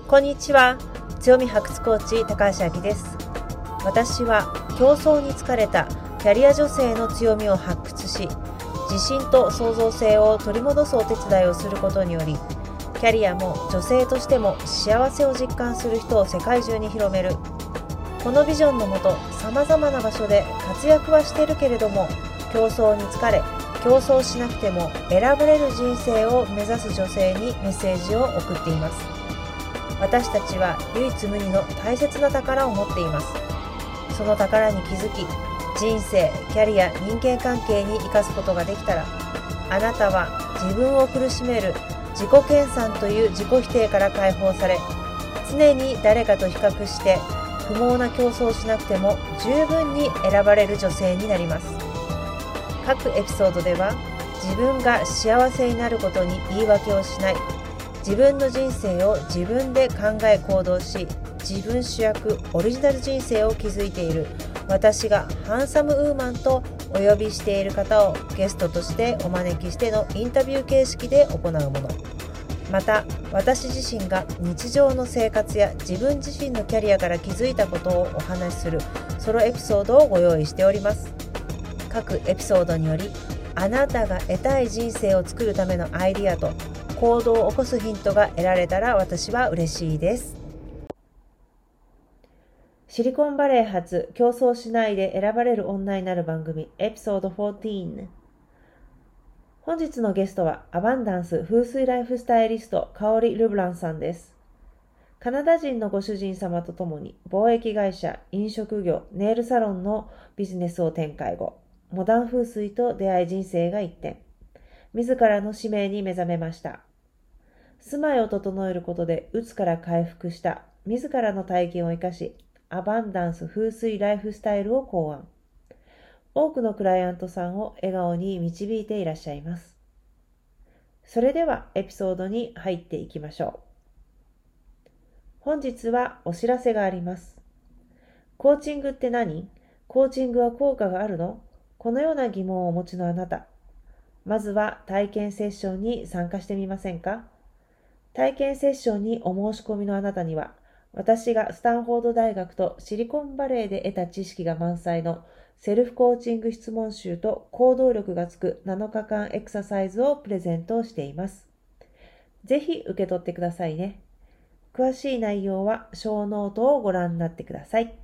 こんにちは。強み発掘コーチ高橋明です。私は競争に疲れたキャリア女性の強みを発掘し、自信と創造性を取り戻すお手伝いをすることにより、キャリアも女性としても幸せを実感する人を世界中に広める。このビジョンのもと、様々な場所で活躍はしているけれども、競争に疲れ、競争しなくても選ばれる人生を目指す女性にメッセージを送っています。私たちは唯一無二の大切な宝を持っています。その宝に気づき、人生、キャリア、人間関係に生かすことができたら、あなたは自分を苦しめる自己研鑽という自己否定から解放され、常に誰かと比較して不毛な競争をしなくても十分に選ばれる女性になります。各エピソードでは、自分が幸せになることに言い訳をしない、自分の人生を自分で考え行動し、自分主役オリジナル人生を築いている私がハンサムウーマンとお呼びしている方をゲストとしてお招きしてのインタビュー形式で行うもの。また、私自身が日常の生活や自分自身のキャリアから気づいたことをお話しするソロエピソードをご用意しております。各エピソードにより、あなたが得たい人生を作るためのアイディアと行動を起こすヒントが得られたら私は嬉しいです。シリコンバレー発競争しないで選ばれる女になる番組エピソード14。本日のゲストはアバンダンス風水ライフスタイリストカオリ・ルブランさんです。カナダ人のご主人様とともに貿易会社、飲食業、ネイルサロンのビジネスを展開後、モダン風水と出会い人生が一転、自らの使命に目覚めました。住まいを整えることで鬱から回復した自らの体験を生かし、アバンダンス風水ライフスタイルを考案。多くのクライアントさんを笑顔に導いていらっしゃいます。それではエピソードに入っていきましょう。本日はお知らせがあります。コーチングって何？コーチングは効果があるの？このような疑問をお持ちのあなた。まずは体験セッションに参加してみませんか？体験セッションにお申し込みのあなたには、私がスタンフォード大学とシリコンバレーで得た知識が満載のセルフコーチング質問集と行動力がつく7日間エクササイズをプレゼントしています。ぜひ受け取ってくださいね。詳しい内容は小ノートをご覧になってください。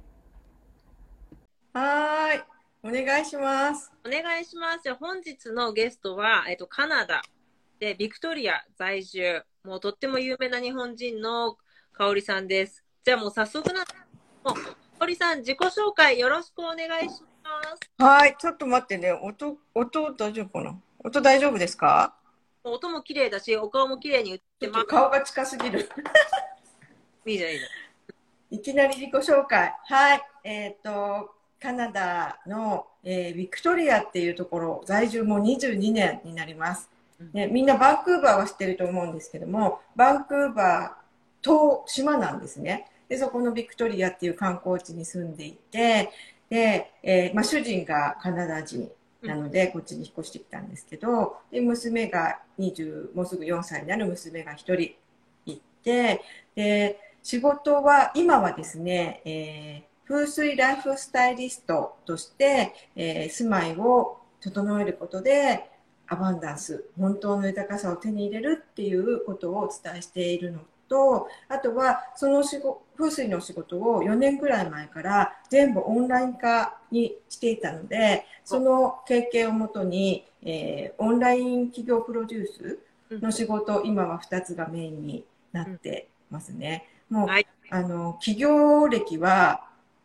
はい、お願いします。 お願いします。本日のゲストは、カナダでビクトリア在住、もうとっても有名な日本人の香織さんです。じゃあもう早速もう香織さん、自己紹介よろしくお願いします。 はい、ちょっと待ってね。音大丈夫かな？音大丈夫ですか？ 音も綺麗だし、お顔も綺麗に映ってます。 顔が近すぎる。 いいじゃん、いいじゃん。いきなり自己紹介。はい、カナダの、ビクトリアっていうところ、在住も22年になります。ね、みんなバンクーバーは知ってると思うんですけども、バンクーバーと島なんですね。で、そこのビクトリアっていう観光地に住んでいて、で、主人がカナダ人なので、こっちに引っ越してきたんですけど、で、娘がもうすぐ4歳になる娘が1人いて、で、仕事は、今はですね、風水ライフスタイリストとして、住まいを整えることで、アバンダンス、本当の豊かさを手に入れるっていうことをお伝えしているのと、あとはその風水の仕事を4年くらい前から全部オンライン化にしていたので、その経験をもとに、オンライン企業プロデュースの仕事、今は2つがメインになってますね。もう、はい、企業歴は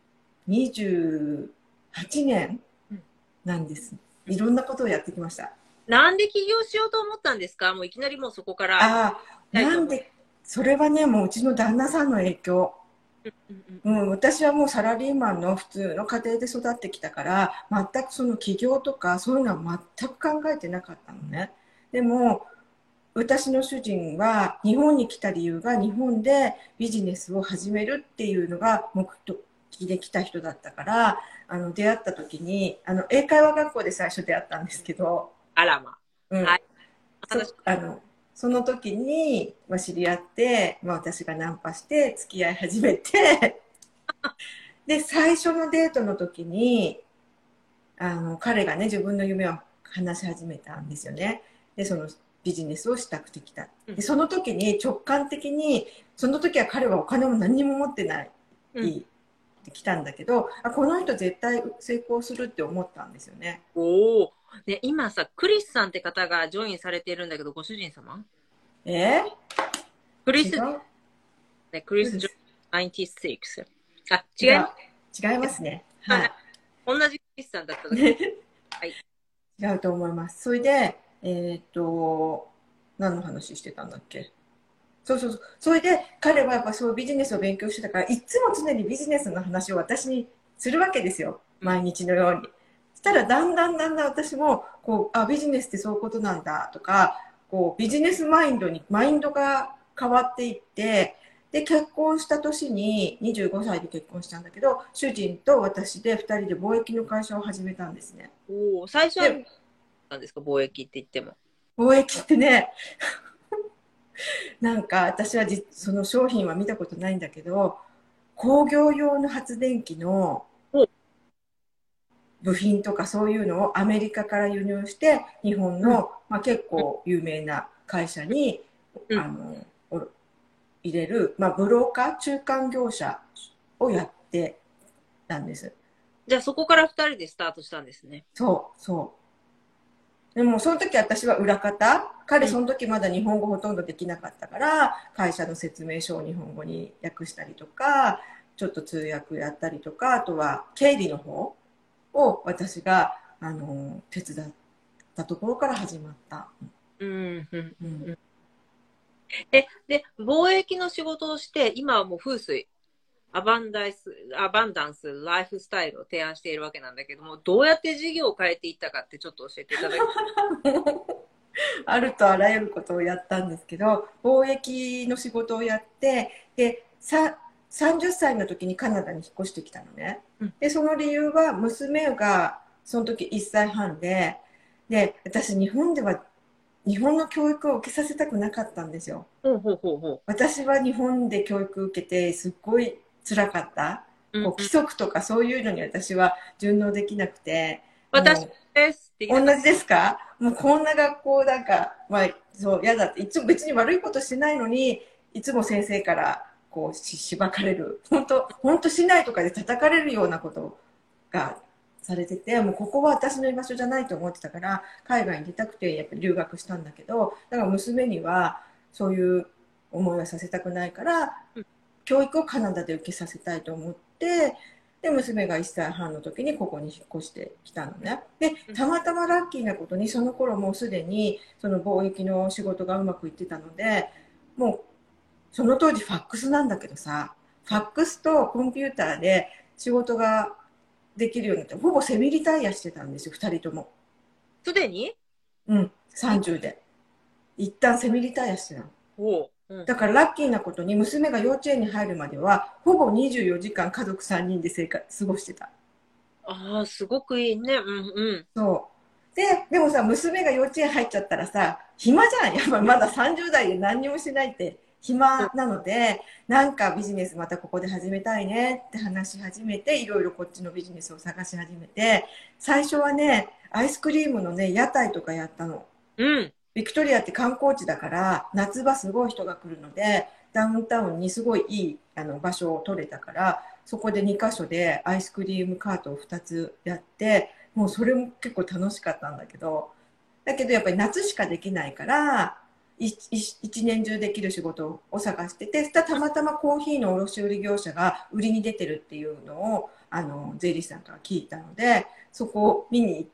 28年なんです。いろんなことをやってきました。 なんで起業しようと思ったんですか？もういきなりもうそこから。 なんで、それはね、もううちの旦那さんの影響。私はもうサラリーマンの普通の家庭で育ってきたから、全くその起業とかそういうのは全く考えてなかったのね。でも、私の主人は日本に来た理由が日本でビジネスを始めるっていうのが目的で来た人だったから、出会った時に、英会話学校で最初出会ったんですけど、 あらま。 はい。 その時に、知り合って、私がナンパして付き合い始めてで、最初のデートの時に、彼がね、自分の夢を話し始めたんですよね。で、そのビジネスをしたくてきた。で、その時に直感的に、その時は彼はお金も何にも持ってない。ってきたんだけど、この人絶対成功するって思ったんですよね。 おお。ね、今さ、クリスさんって方がジョインされているんだけど、ご主人様クリス、ね、クリス・ジョイン96。あ、 違いますね。はい。 同じクリスさんだっただけ。 はい。違うと思います。それで、何の話してたんだっけ。そう。それで、彼はやっぱそうビジネスを勉強してたから、いつも常にビジネスの話を私にするわけですよ。毎日のように。そしたら、だんだん私も、ビジネスってそういうことなんだとか、ビジネスマインドが変わっていって、で、結婚した年に、25歳で結婚したんだけど、主人と私で2人で貿易の会社を始めたんですね。 最初は何ですか、貿易って言っても。 貿易ってね、なんか私はその商品は見たことないんだけど、工業用の発電機の部品とかそういうのをアメリカから輸入して日本の、結構有名な会社に、入れる、ブローカー中間業者をやってたんです。 じゃあそこから2人でスタートしたんですね。 そう。でもその時私は裏方、彼その時まだ日本語ほとんどできなかったから、会社の説明書を日本語に訳したりとか、ちょっと通訳やったりとか、あとは経理の方を私が手伝ったところから始まった。 で、貿易の仕事をして、今はもう風水、アバンダンス、ライフスタイルを提案しているわけなんだけども、どうやって事業を変えていったかってちょっと教えていただけますか？ あるとあらゆることをやったんですけど、貿易の仕事をやって、で、30歳の時にカナダに引っ越してきたのね。で、その理由は娘がその時1歳半で、私日本では日本の教育を受けさせたくなかったんですよ。私は日本で教育を受けてすっごい辛かった。規則とかそういうのに私は順応できなくて。 私です。 同じですか？もうこんな学校そう嫌だって、いつも別に悪いことしてないのに、いつも先生からしばかれる。本当しないとかで叩かれるようなことがされてて、もうここは私の居場所じゃないと思ってたから、海外に出たくてやっぱり留学したんだけど、だから娘にはそういう思いはさせたくないから、教育をカナダで受けさせたいと思って、で、娘が1歳半の時にここに引っ越してきたのね。で、たまたまラッキーなことに、その頃もうすでにその貿易の仕事がうまくいってたので、もうその当時ファックスなんだけどさ、ファックスとコンピューターで仕事ができるようになって、ほぼセミリタイアしてたんですよ、2人とも。 すでに ？30で。一旦セミリタイアしてたの。だからラッキーなことに娘が幼稚園に入るまではほぼ24時間家族3人で過ごしてた。 すごくいいね。 そうでもさ、娘が幼稚園入っちゃったらさ、暇じゃん。やっぱりまだ30代で何にもしないって暇なので、なんかビジネスまたここで始めたいねって話し始めて、いろいろこっちのビジネスを探し始めて、最初はね、アイスクリームのね、屋台とかやったの。ビクトリアって観光地だから夏場すごい人が来るので、ダウンタウンにすごいいい場所を取れたから、そこで2カ所でアイスクリームカートを2つやって、もうそれも結構楽しかったんだけどやっぱり夏しかできないから一年中できる仕事を探してて、たまたまコーヒーの卸売業者が売りに出てるっていうのを税理士さんから聞いたので、そこを見に行って、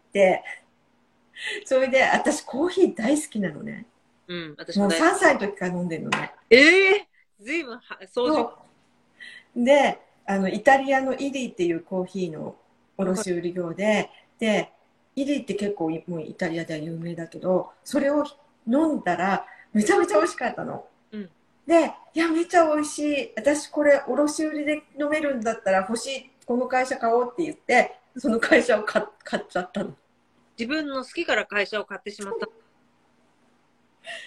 それで私コーヒー大好きなのね。私もう3歳の時から飲んでるのね。 随分そうで、イタリアのイリーっていうコーヒーの卸売業で、イリーって結構もうイタリアでは有名だけど、それを飲んだらめちゃめちゃ美味しかったの。で、いやめちゃ美味しい。私これ卸売で飲めるんだったら欲しい。この会社買おうって言って、その会社を買っちゃったの。 自分の好きから会社を買ってしまった。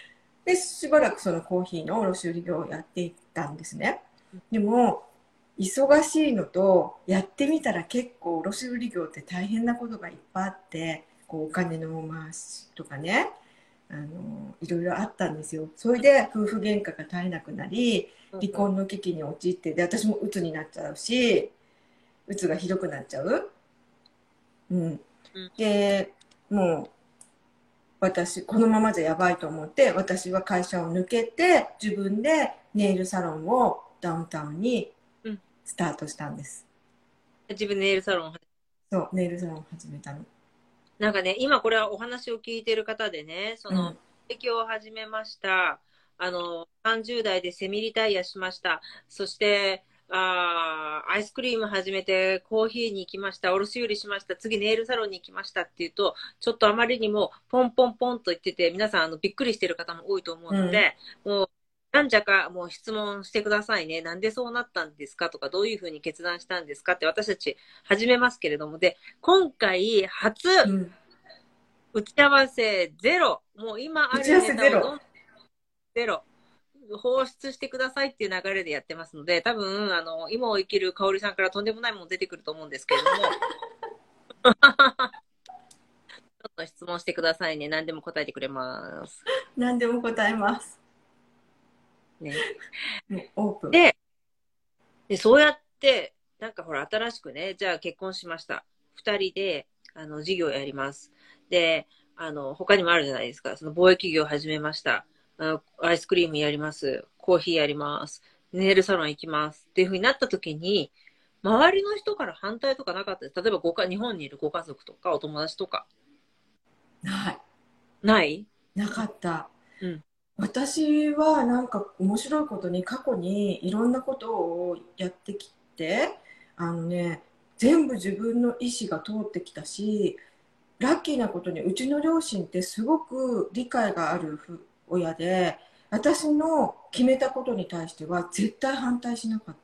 で、しばらくそのコーヒーの卸売業をやっていったんですね。でも、忙しいのと、やってみたら結構卸売業って大変なことがいっぱいあって、こうお金の回しとかね、いろいろあったんですよ。それで夫婦喧嘩が絶えなくなり、離婚の危機に陥って、で、私も鬱になっちゃうし、鬱がひどくなっちゃう。うん。で、もう、私、このままじゃやばいと思って、私は会社を抜けて、自分でネイルサロンをダウンタウンにスタートしたんです。 自分でネイルサロンを。 そう、ネイルサロンを始めたの。 なんかね、今これはお話を聞いている方でね、提供を始めました。30代でセミリタイアしました。そして、アイスクリーム始めて、コーヒーに行きました。卸売しました。次ネイルサロンに行きましたっていうと、ちょっとあまりにもポンポンポンと言ってて、皆さんびっくりしてる方も多いと思うので、もう、何じゃかもう質問してくださいね。なんでそうなったんですかとか、どういうふうに決断したんですかって私たち始めますけれども、で、今回初、打ち合わせゼロ。もう今あるネタをどんゼロ。放出してくださいっていう流れでやってますので、多分、今を生きる香織さんからとんでもないもの出てくると思うんですけれども、ちょっと質問してくださいね。何でも答えてくれます。 何でも答えます。 ね。 オープン。 で、そうやって、なんかほら、新しくね、じゃあ結婚しました。二人で、事業やります。で、他にもあるじゃないですか。その貿易業を始めました。アイスクリームやります。コーヒーやります。ネイルサロン行きます。っていう風になった時に、周りの人から反対とかなかったです。例えば日本にいるご家族とかお友達とか。 ない。 ないなかった。 うん。 私はなんか面白いことに過去にいろんなことをやってきて、全部自分の意思が通ってきたし、ラッキーなことにうちの両親ってすごく理解がある親で、私の決めたことに対しては絶対反対しなかった。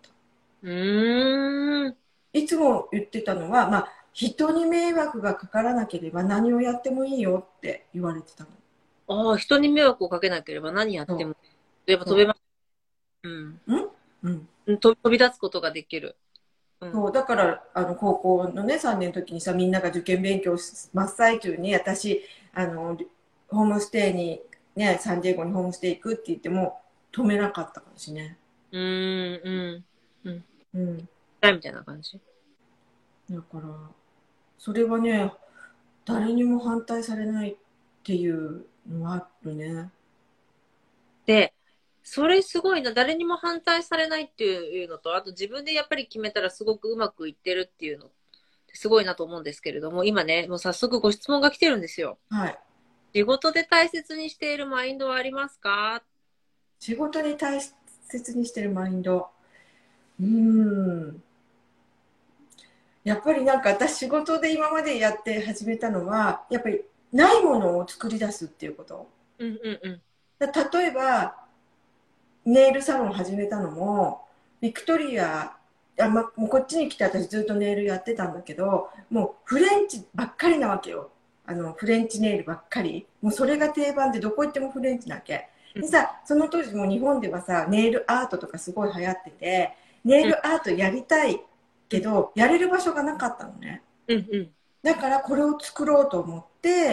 いつも言ってたのは、人に迷惑がかからなければ何をやってもいいよって言われてたの。 ああ、人に迷惑をかけなければ何やっても、例えば飛べます。飛び立つことができる。 そうだから高校のね3年の時にさ、みんなが受験勉強真っ最中に私ホームステイにね、サンディエゴにホームステイ行くって言っても止めなかったかもしれない。 みたいな感じ。 だからそれはね、誰にも反対されないっていうのはあるね。 で、それすごいな。誰にも反対されないっていうのと、あと自分でやっぱり決めたらすごくうまくいってるっていうの、すごいなと思うんですけれども、今ね、もう早速ご質問が来てるんですよ。 はい。 仕事で大切にしているマインドはありますか？ 仕事に大切にしてるマインド。やっぱりなんか私仕事で今までやって始めたのは、やっぱりないものを作り出すっていうこと。例えば、ネイルサロンを始めたのも、ビクトリア、もうこっちに来て私ずっとネイルやってたんだけど、もうフレンチばっかりなわけよ。フレンチネイルばっかり。もうそれが定番でどこ行ってもフレンチなわけ。でさ、その当時も日本ではさ、ネイルアートとかすごい流行ってて、ネイルアートやりたいけど、やれる場所がなかったのね。だからこれを作ろうと思って、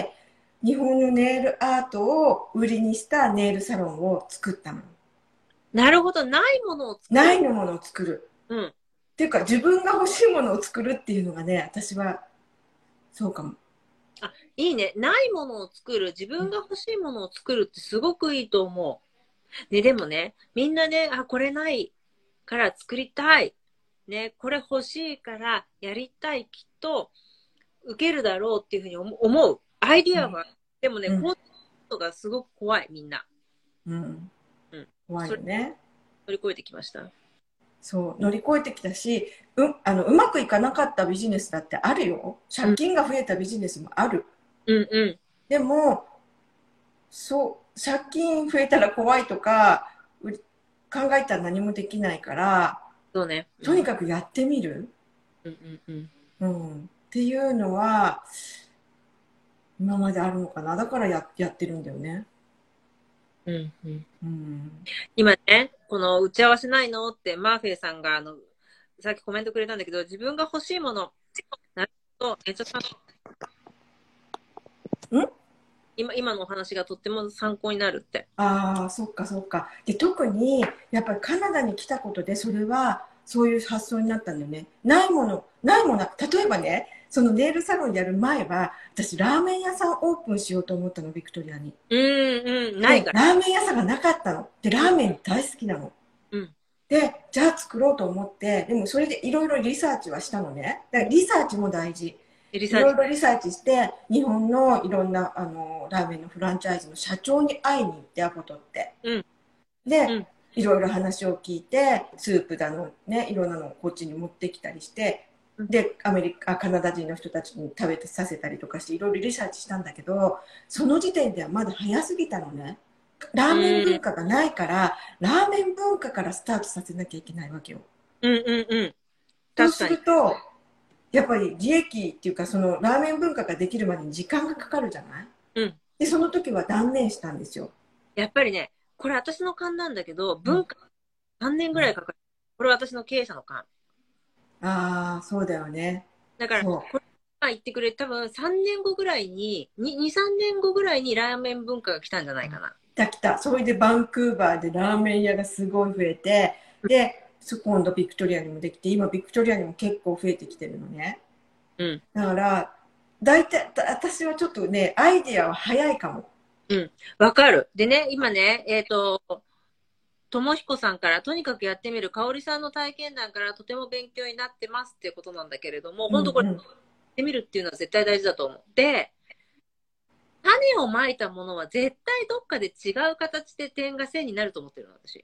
日本のネイルアートを売りにしたネイルサロンを作ったの。 なるほど。ないものを作る。 ないものを作る。っていうか、自分が欲しいものを作るっていうのがね、私は、そうかも。 あ、いいね。ないものを作る。自分が欲しいものを作るってすごくいいと思う。ね、でもね、みんなね、これないから作りたい。ね、これ欲しいからやりたい。きっと受けるだろうっていうふうに思う。アイディアは。でもね、こういうことがすごく怖い、みんな。 怖いよね。 乗り越えてきました。 そう、乗り越えてきたし、うまくいかなかったビジネスだってあるよ。借金が増えたビジネスもある。でも、借金増えたら怖いとか、考えたら何もできないから、 そうね。 とにかくやってみる。っていうのは、今まであるのかな。だからやってるんだよね。 うんうん、 うん、 今ね、この打ち合わせないのってマーフェイさんがさっきコメントくれたんだけど、自分が欲しいもの、なるほど、今のお話がとっても参考になるって。 ああ、そっかそっか。で、特にやっぱりカナダに来たことで、それはそういう発想になったんだよね。ないもの、例えばね、そのネイルサロンやる前は、私ラーメン屋さんオープンしようと思ったの、ビクトリアに。 ないで、 から。 ラーメン屋さんがなかったの。で、ラーメン大好きなの。 うん。 で、じゃあ作ろうと思って、でもそれでいろいろリサーチはしたのね。だからリサーチも大事。いろいろリサーチして、日本のいろんなラーメンのフランチャイズの社長に会いに行って、アポ取って。 うん、 で、 うん、 いろいろ話を聞いて、スープだの、ね、いろんなのをこっちに持ってきたりして、で、カナダ人の人たちに食べてさせたりとかして、いろいろリサーチしたんだけど、その時点ではまだ早すぎたのね。ラーメン文化がないから、ラーメン文化からスタートさせなきゃいけないわけよ。 うんうんうん。 そうすると、やっぱり利益っていうか、そのラーメン文化ができるまでに時間がかかるじゃない？ うん。 で、その時は断念したんですよ。 やっぱりね、これ私の勘なんだけど、文化3年ぐらいかかる。これ私の経営者の勘。 ああ、そうだよね。 だから、これ言ってくれ、多分3年後ぐらいに、2、3年後ぐらいにラーメン文化が来たんじゃないかな。 来た。それでバンクーバーでラーメン屋がすごい増えて、で、今度ビクトリアにもできて、今ビクトリアにも結構増えてきてるのね。 うん。 だから、大体、私はちょっとね、アイディアは早いかも。 うん。わかる。でね、今ね、ともひこさんから、とにかくやってみる、かおりさんの体験談からとても勉強になってますっていうことなんだけれども、本当これ、やってみるっていうのは絶対大事だと思う。で、種をまいたものは絶対どっかで違う形で点が線になると思ってるの、私。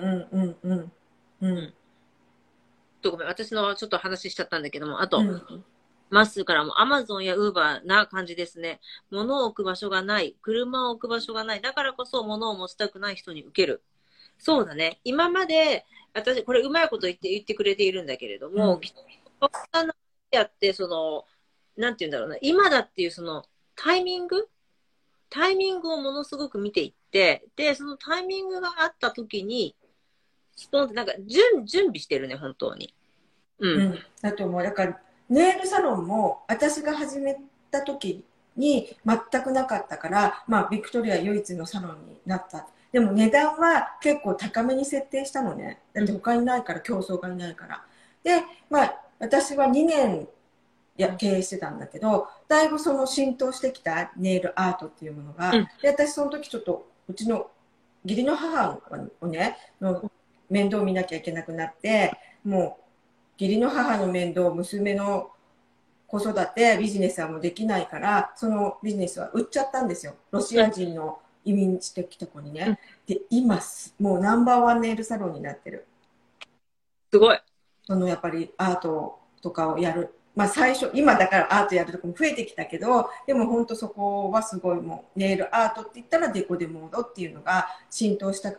ごめん、私のちょっと話しちゃったんだけども、あと、まっすーからも、アマゾンやウーバーな感じですね。物を置く場所がない。車を置く場所がない。だからこそ物を持ちたくない人に受ける。そうだね。今まで、私、これうまいこと言ってくれているんだけれども、きっと、やって、なんて言うんだろうな。今だっていうタイミングをものすごく見ていって、で、そのタイミングがあった時に、スポンってなんか準備してるね、本当に。 だと思う。だから、ネイルサロンも私が始めた時に全くなかったから、まあ、ビクトリア唯一のサロンになった。でも値段は結構高めに設定したのね。だって他にないから、競争がいないから。で、まあ、私は2年経営してたんだけど、だいぶその浸透してきたネイルアートっていうものが、で、私その時ちょっと、うちの義理の母をね、の面倒見なきゃいけなくなって、もう、義理の母の面倒、娘の子育て、ビジネスはもうできないから、そのビジネスは売っちゃったんですよ。ロシア人の移民してきた子にね。で、今、もうナンバーワンネイルサロンになってる。 すごい。 やっぱりアートとかをやる。まあ最初、今だからアートやるとこも増えてきたけど、でも本当そこはすごいもう、ネイルアートって言ったらデコデモードっていうのが浸透したから、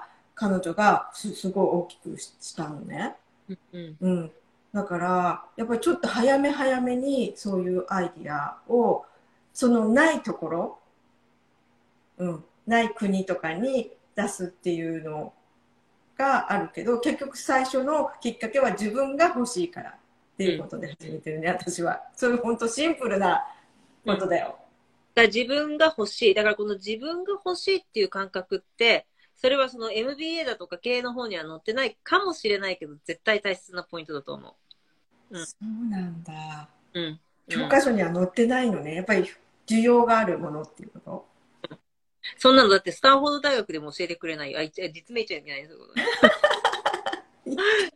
彼女がすごい大きくしたのね。だから、やっぱりちょっと早め早めにそういうアイディアを、ないところ、ない国とかに出すっていうのがあるけど、結局最初のきっかけは自分が欲しいからっていうことで始めてるね、私は。それ本当シンプルなことだよ。 だから自分が欲しい。だからこの自分が欲しいっていう感覚って、それはその MBA だとか経営の方には載ってないかもしれないけど、絶対大切なポイントだと思う。 そうなんだ。教科書には載ってないのね。やっぱり需要があるものっていうこと。 そんなのだってスタンフォード大学でも教えてくれないよ。実名言っちゃいけないそういうこと。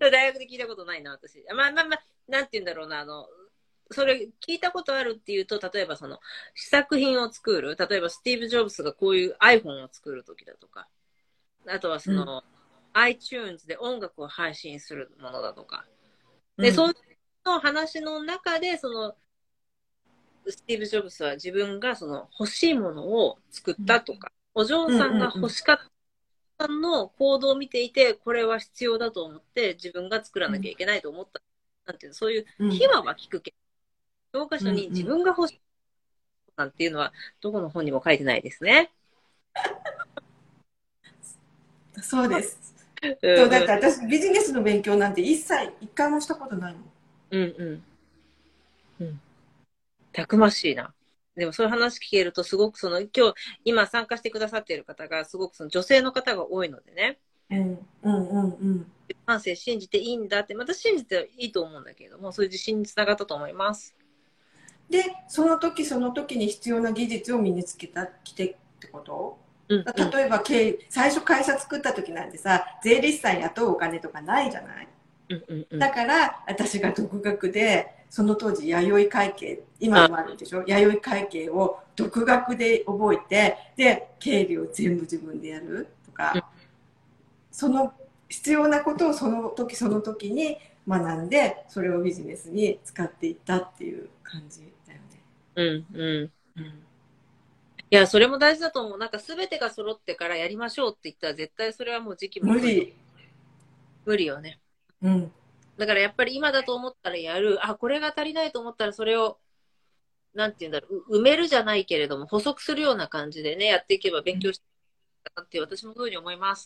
大学で聞いたことないな、私。まあ、なんて言うんだろうな、それ聞いたことあるっていうと、例えば試作品を作る。例えばスティーブ・ジョブズがこういう iPhone を作るときだとか。あとはiTunes で音楽を配信するものだとか。で、そういうの話の中で、スティーブ・ジョブズは自分が欲しいものを作ったとか、お嬢さんが欲しかったの行動を見ていて、これは必要だと思って自分が作らなきゃいけないと思った。なんていうの、そういう秘話は聞くけど、教科書に自分が欲しいなんていうのは、どこの本にも書いてないですね。 そうです。そう、だっうんうん。 て私ビジネスの勉強なんて一回もしたことないもん。 うんうん。うん。たくましいな。でもそういう話聞けるとすごく今参加してくださっている方がすごく女性の方が多いのでね、 うんうんうんうん。 感性信じていいんだって、また信じていいと思うんだけれども、そういう自信につながったと思います。 で、その時その時に必要な技術を身につけきてってこと？ うんうん。 例えば最初会社作った時なんてさ、税理士さん雇うお金とかないじゃない。 うんうんうん。 だから私が独学でその当時弥生会計、今であ、 もあるでしょ、弥生会計を独学で覚えて、で経理を全部自分でやるとうん。 か、その必要なことをその時その時に学んで、それをビジネスに使っていったっていう感じだよね。 うんうん。 うん、 いや、それも大事だと思う。なんか全てが揃ってからやりましょうって言ったら絶対それはもう時期も遅いと。 無理。 無理よね。 うん。 だからやっぱり今だと思ったらやる。あ、これが足りないと思ったらそれを、なんて言うんだろう、埋めるじゃないけれども、補足するような感じでね、やっていけば勉強していくかなって私もそういうふうに思います。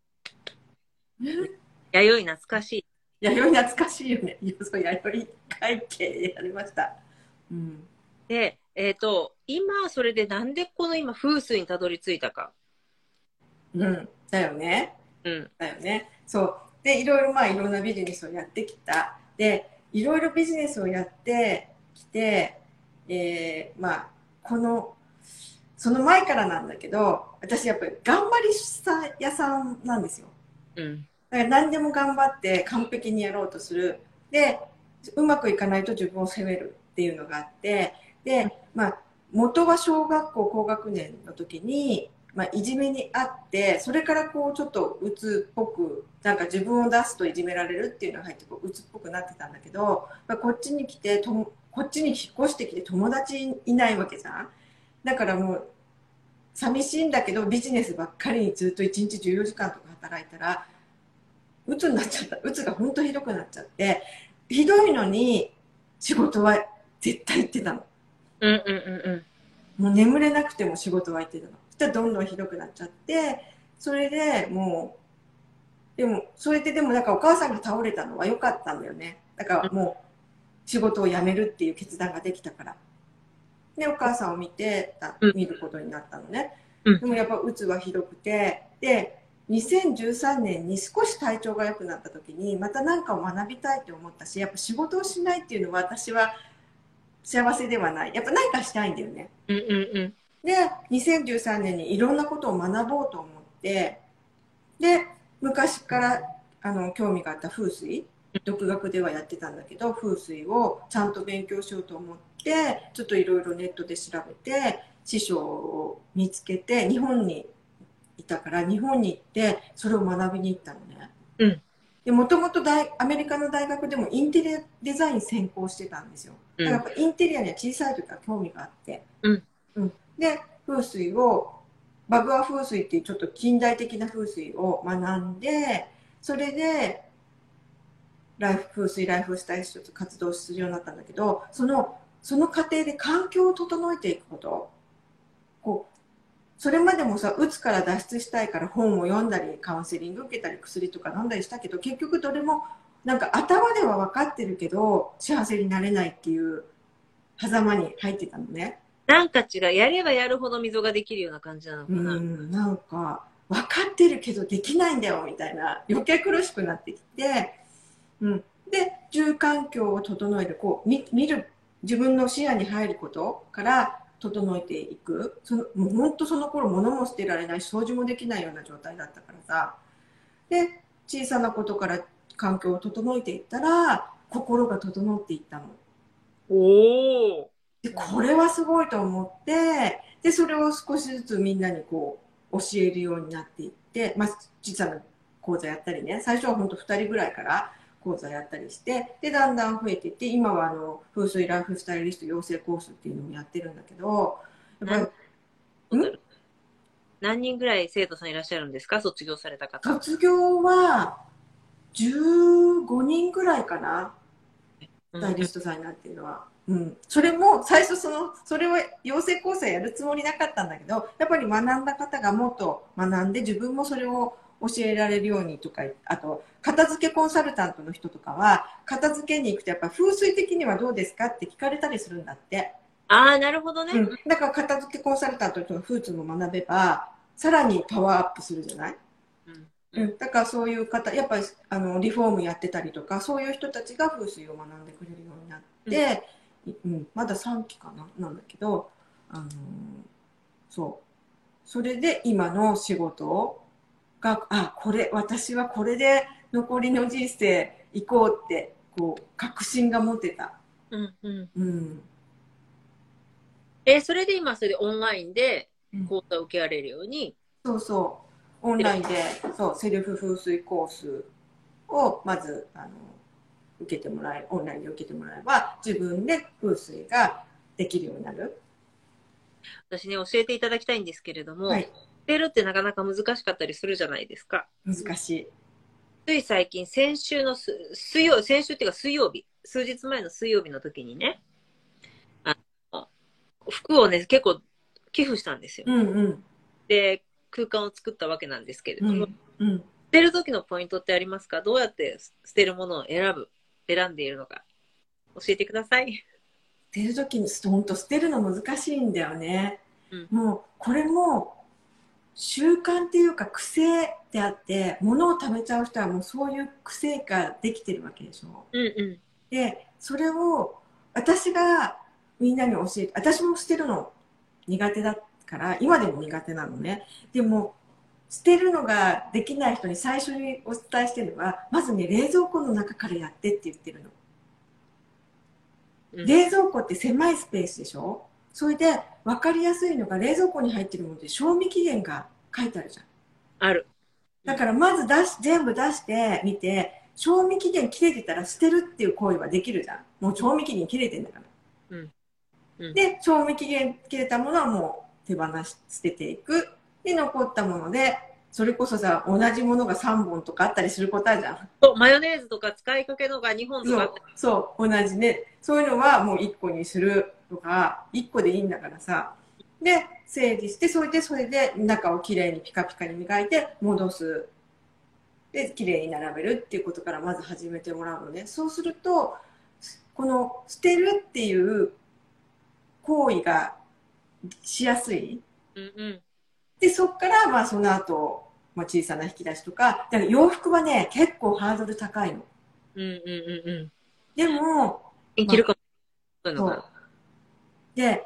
弥生懐かしい。 弥生懐かしいよね。そう、弥生会計やりました。うん。 で、今、それでなんでこの今、風水にたどり着いたか。 うん。だよね。 うん。 だよね。そう。で、いろいろまあいろんなビジネスをやってきた。で、いろいろビジネスをやってきて、まあ、その前からなんだけど、私やっぱり頑張り屋さんなんですよ。 うん。 だから何でも頑張って完璧にやろうとする。で、うまくいかないと自分を責めるっていうのがあって、で、まあ、元は小学校高学年の時に、まあ、いじめにあって、それからこうちょっと鬱っぽく、なんか自分を出すといじめられるっていうのが入ってこう鬱っぽくなってたんだけど、まあ、こっちに引っ越してきて友達いないわけじゃん。だからもう寂しいんだけどビジネスばっかりにずっと1日14時間とか働いたら鬱になっちゃった。鬱が本当ひどくなっちゃって、ひどいのに仕事は絶対行ってたの。 うんうんうんうん。 もう眠れなくても仕事は行ってたの。そしたらどんどんひどくなっちゃって、それでもそれででもなんかお母さんが倒れたのは良かったんだよね。だからもう仕事を辞めるっていう決断ができたから。で、お母さんをうん見ることになったのね。 うん。 でもやっぱ鬱はひどくて、で、2013年に少し体調が良くなった時に、また何かを学びたいって思ったし、やっぱ仕事をしないっていうのは私は幸せではない。やっぱ何かしたいんだよね。 うんうんうん。 で、2013年にいろんなことを学ぼうと思って、で、昔から興味があった風水、独学ではやってたんだけど、風水をちゃんと勉強しようと思って、ちょっといろいろネットで調べて、師匠を見つけて、日本にいたから、日本に行って、それを学びに行ったのね。 うん。 で、もともとアメリカの大学でもインテリアデザイン専攻してたんですよ。だからやっぱインテリアには小さい時から興味があって。 うん。 うん。で、バグア風水っていうちょっと近代的な風水を学んで、それで、風水ライフスタイルとして活動するようになったんだけど、その過程で環境を整えていくこと。こう、それまでもさ、うつから脱出したいから本を読んだり、カウンセリング受けたり、薬とか飲んだりしたけど、結局どれも、なんか頭では分かってるけど、幸せになれないっていう狭間に入ってたのね。 なんか違う。やればやるほど溝ができるような感じなのかな。 なんか、分かってるけどできないんだよ、みたいな。余計苦しくなってきて、で、住環境を整える、こう、見る、自分の視野に入ることから整えていく。もう本当その頃物も捨てられないし、掃除もできないような状態だったからさ。で、小さなことから環境を整えていったら、心が整っていったの。 おお。 で、これはすごいと思って、で、それを少しずつみんなにこう、教えるようになっていって、まあ、小さな講座やったりね、最初は本当2人ぐらいから講座やったりして、で、だんだん増えていって、今は風水ライフスタイリスト養成コースっていうのもやってるんだけど、やっぱり、 何人ぐらい生徒さんいらっしゃるんですか？卒業された方。 卒業は15人ぐらいかな、スタイリストさんになっているのは。それも最初それは養成コースはやるつもりなかったんだけど、やっぱり学んだ方がもっと学んで自分もそれを教えられるようにとか、あと、片付けコンサルタントの人とかは、片付けに行くとやっぱ風水的にはどうですかって聞かれたりするんだって。 ああ、なるほどね。 だから片付けコンサルタントの人が風水も学べば、さらにパワーアップするじゃない。だからそういう方、やっぱりリフォームやってたりとか、そういう人たちが風水を学んでくれるようになって、まだ3期かななんだけど、そう。それで今の仕事が、私はこれで残りの人生行こうって、こう、確信が持てた。 それで今、それでオンラインで講座を受けられるように。 そうそう。オンラインで、そう、セルフ風水コースをまず、受けてもらえ、オンラインで受けてもらえば、自分で風水ができるようになる。 私ね、教えていただきたいんですけれども、捨てるってなかなか難しかったりするじゃないですか。 難しい。 つい最近、先週っていうか水曜日、数日前の水曜日の時にね、服をね、結構寄付したんですよ。で、空間を作ったわけなんですけれども、捨てる時のポイントってありますか？どうやって捨てるものを選んでいるのか、教えてください。 捨てる時に、本当捨てるの難しいんだよね。もう、これも、習慣っていうか癖であって、物を貯めちゃう人はもうそういう癖ができてるわけでしょ。で、それを私がみんなに教えて、私も捨てるの苦手だから、今でも苦手なのね。でも、捨てるのができない人に最初にお伝えしてるのは、まずね、冷蔵庫の中からやってって言ってるの。冷蔵庫って狭いスペースでしょ。それで分かりやすいのが冷蔵庫に入ってるもので賞味期限が書いてあるじゃん。 ある。 だからまず全部出してみて、賞味期限切れてたら捨てるっていう行為はできるじゃん。もう賞味期限切れてんだから。で、賞味期限切れたものはもう手放し捨てていく。で、残ったもので、それこそさ、同じものが3本とかあったりすることあるじゃん。 そう、マヨネーズとか使いかけのが2本とかあったり。 そう、同じね。そういうのはもう1個にするとか、1個でいいんだからさ。で、整理して、それで中をきれいにピカピカに磨いて戻す。で、きれいに並べるっていうことからまず始めてもらうのね。そうすると、この捨てるっていう行為がしやすい。で、そっからまあその後、小さな引き出しとか、だから洋服はね、結構ハードル高いの。でも、 生きるかも。 そうで、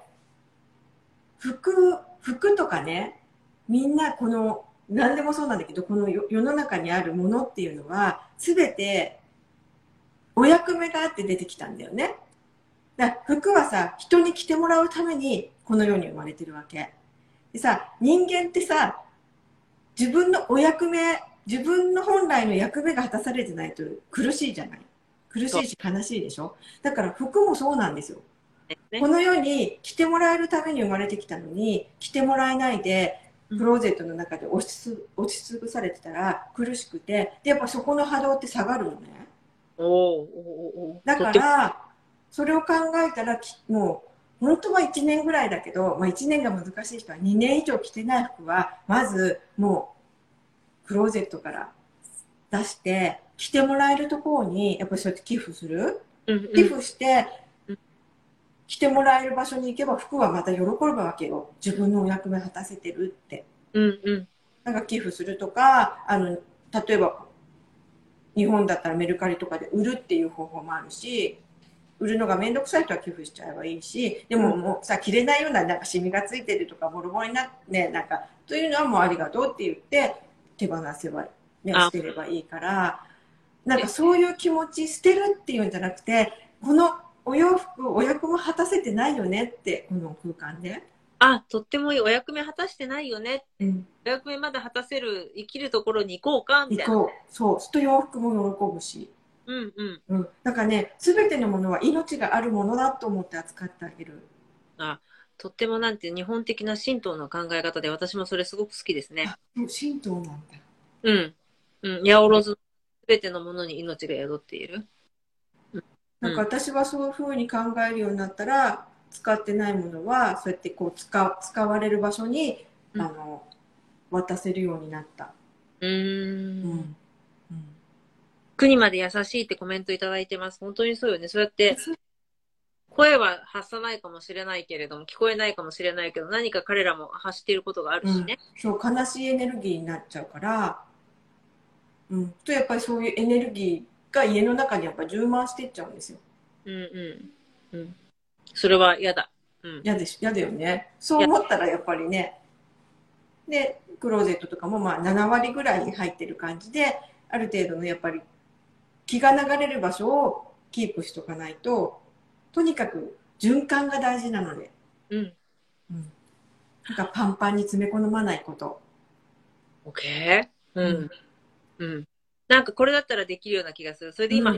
服とかね、みんなこの、何でもそうなんだけど、この世の中にあるものっていうのは、すべてお役目があって出てきたんだよね。だから服はさ、人に着てもらうためにこの世に生まれてるわけ。でさ、人間ってさ、自分の本来の役目が果たされてないと苦しいじゃない。苦しいし悲しいでしょ。だから服もそうなんですよ。この世に着てもらえるために生まれてきたのに、着てもらえないで、クローゼットの中で押しつぶされてたら苦しくて、で、やっぱそこの波動って下がるのね。だから、それを考えたら、もう、本当は1年ぐらいだけど、1年が難しい人は2年以上着てない服は、まずもう、クローゼットから出して、着てもらえるところに、やっぱりそうやって寄付する。寄付して、着てもらえる場所に行けば服はまた喜ぶわけよ。自分のお役目果たせてるって。なんか寄付するとか、例えば、日本だったらメルカリとかで売るっていう方法もあるし、売るのがめんどくさい人は寄付しちゃえばいいし、でももうさ、着れないようななんかシミがついてるとかボロボロになってね、なんか、というのはもうありがとうって言って手放せば、ね、捨てればいいから、なんかそういう気持ち、捨てるっていうんじゃなくて、このお洋服、お役目果たせてないよねって、この空間で。 とってもいい。お役目果たしてないよね。お役目まだ果たせる、生きるところに行こうか、みたいな。 そう。そうすると洋服も喜ぶし。だからね、すべてのものは命があるものだと思って扱ってあげる。 とってもなんて日本的な神道の考え方で、私もそれすごく好きですね。 神道なんだ。 八百万すべてのものに命が宿っている。 なんか私はそういうふうに考えるようになったら、使ってないものはそうやってこう使われる場所に、渡せるようになった。 うーん。 うん。うん。 国まで優しいってコメントいただいてます。本当にそうよね。そうやって、声は発さないかもしれないけれども、聞こえないかもしれないけど、何か彼らも発していることがあるうん。 しね。 そう、悲しいエネルギーになっちゃうから、うん。と、やっぱりそういうエネルギーが家の中にやっぱり充満していっちゃうんですよ。 うんうん。うん。それは嫌だ。うん。 嫌だよね。そうや、 思ったらやっぱりね、で、クローゼットとかもまあ7割ぐらいに入ってる感じで、ある程度のやっぱり気が流れる場所をキープしとかないと、とにかく循環が大事なので、 うん。 うん。なんかパンパンに詰め込まないこと。 OK? ううん。 ん。うん。なんかこれだったらできるような気がする。それで今、 うん、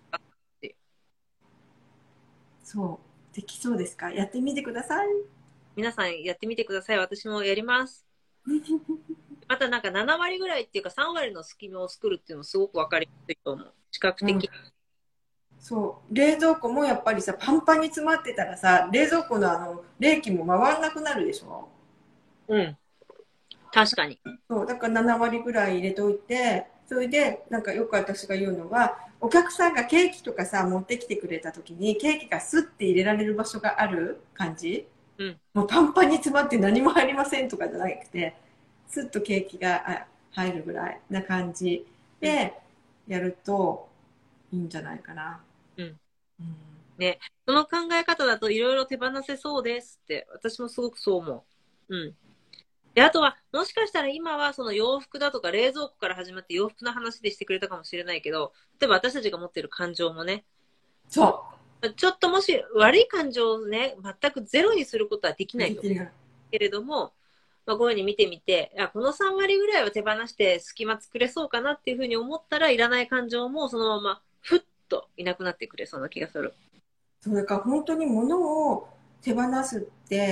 そう。できそうですか？やってみてください。 皆さんやってみてください。私もやります。またなんか7割ぐらいっていうか3割の隙間を作るっていうのもすごくわかりやすいと思う。視覚うん。 的。 そう。冷蔵庫もやっぱりさ、パンパンに詰まってたらさ、冷蔵庫の冷気も回んなくなるでしょ？ うん。確かに。 そう。だから7割ぐらい入れといて、それで、なんかよく私が言うのは、お客さんがケーキとかさ、持ってきてくれた時に、ケーキがスッて入れられる場所がある感じ。 うん。 もうパンパンに詰まって何も入りませんとかじゃなくて、スッとケーキが入るぐらいな感じでやるといいんじゃないかな。 うん。 うん。 ね。その考え方だといろいろ手放せそうですって、私もすごくそう思う。うん。で、あとは、もしかしたら今はその洋服だとか冷蔵庫から始まって洋服の話でしてくれたかもしれないけど、例えば私たちが持ってる感情もね、 そちょっともし悪い感情をね、全くゼロにすることはできう。 ないと。 できる。 けれども、まあ、こういうふうに見てみて、この3割ぐらいは手放して隙間作れそうかなっていうふうに思ったら、いらない感情もそのままふっといなくなってくれそうな気がする。 そう、だから本当に物を手放すって、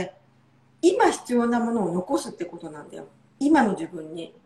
今必要なものを残すってことなんだよ。今の自分に。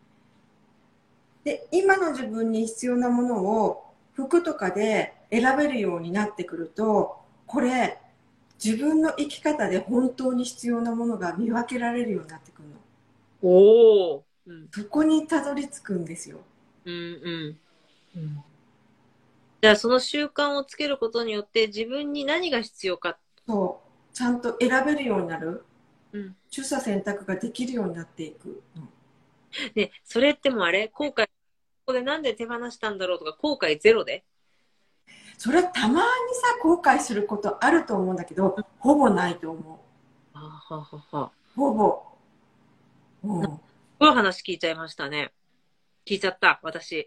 で、今の自分に必要なものを服とかで選べるようになってくると、これ、自分の生き方で本当に必要なものが見分けられるようになってくるの。 おお。うん。 そこにたどり着くんですよ。 うんうん。うん。じゃあその習慣をつけることによって自分に何が必要か。 そう。ちゃんと選べるようになる。 うん。 取捨選択ができるようになっていく。 で、それってもうあれ後悔、ここでなんで手放したんだろうとか、後悔ゼロで。 それたまにさ、後悔することあると思うんだけど、ほぼないと思う。 あははは。 ほぼ。うん。 すごい話聞いちゃいましたね。聞いちゃった、私。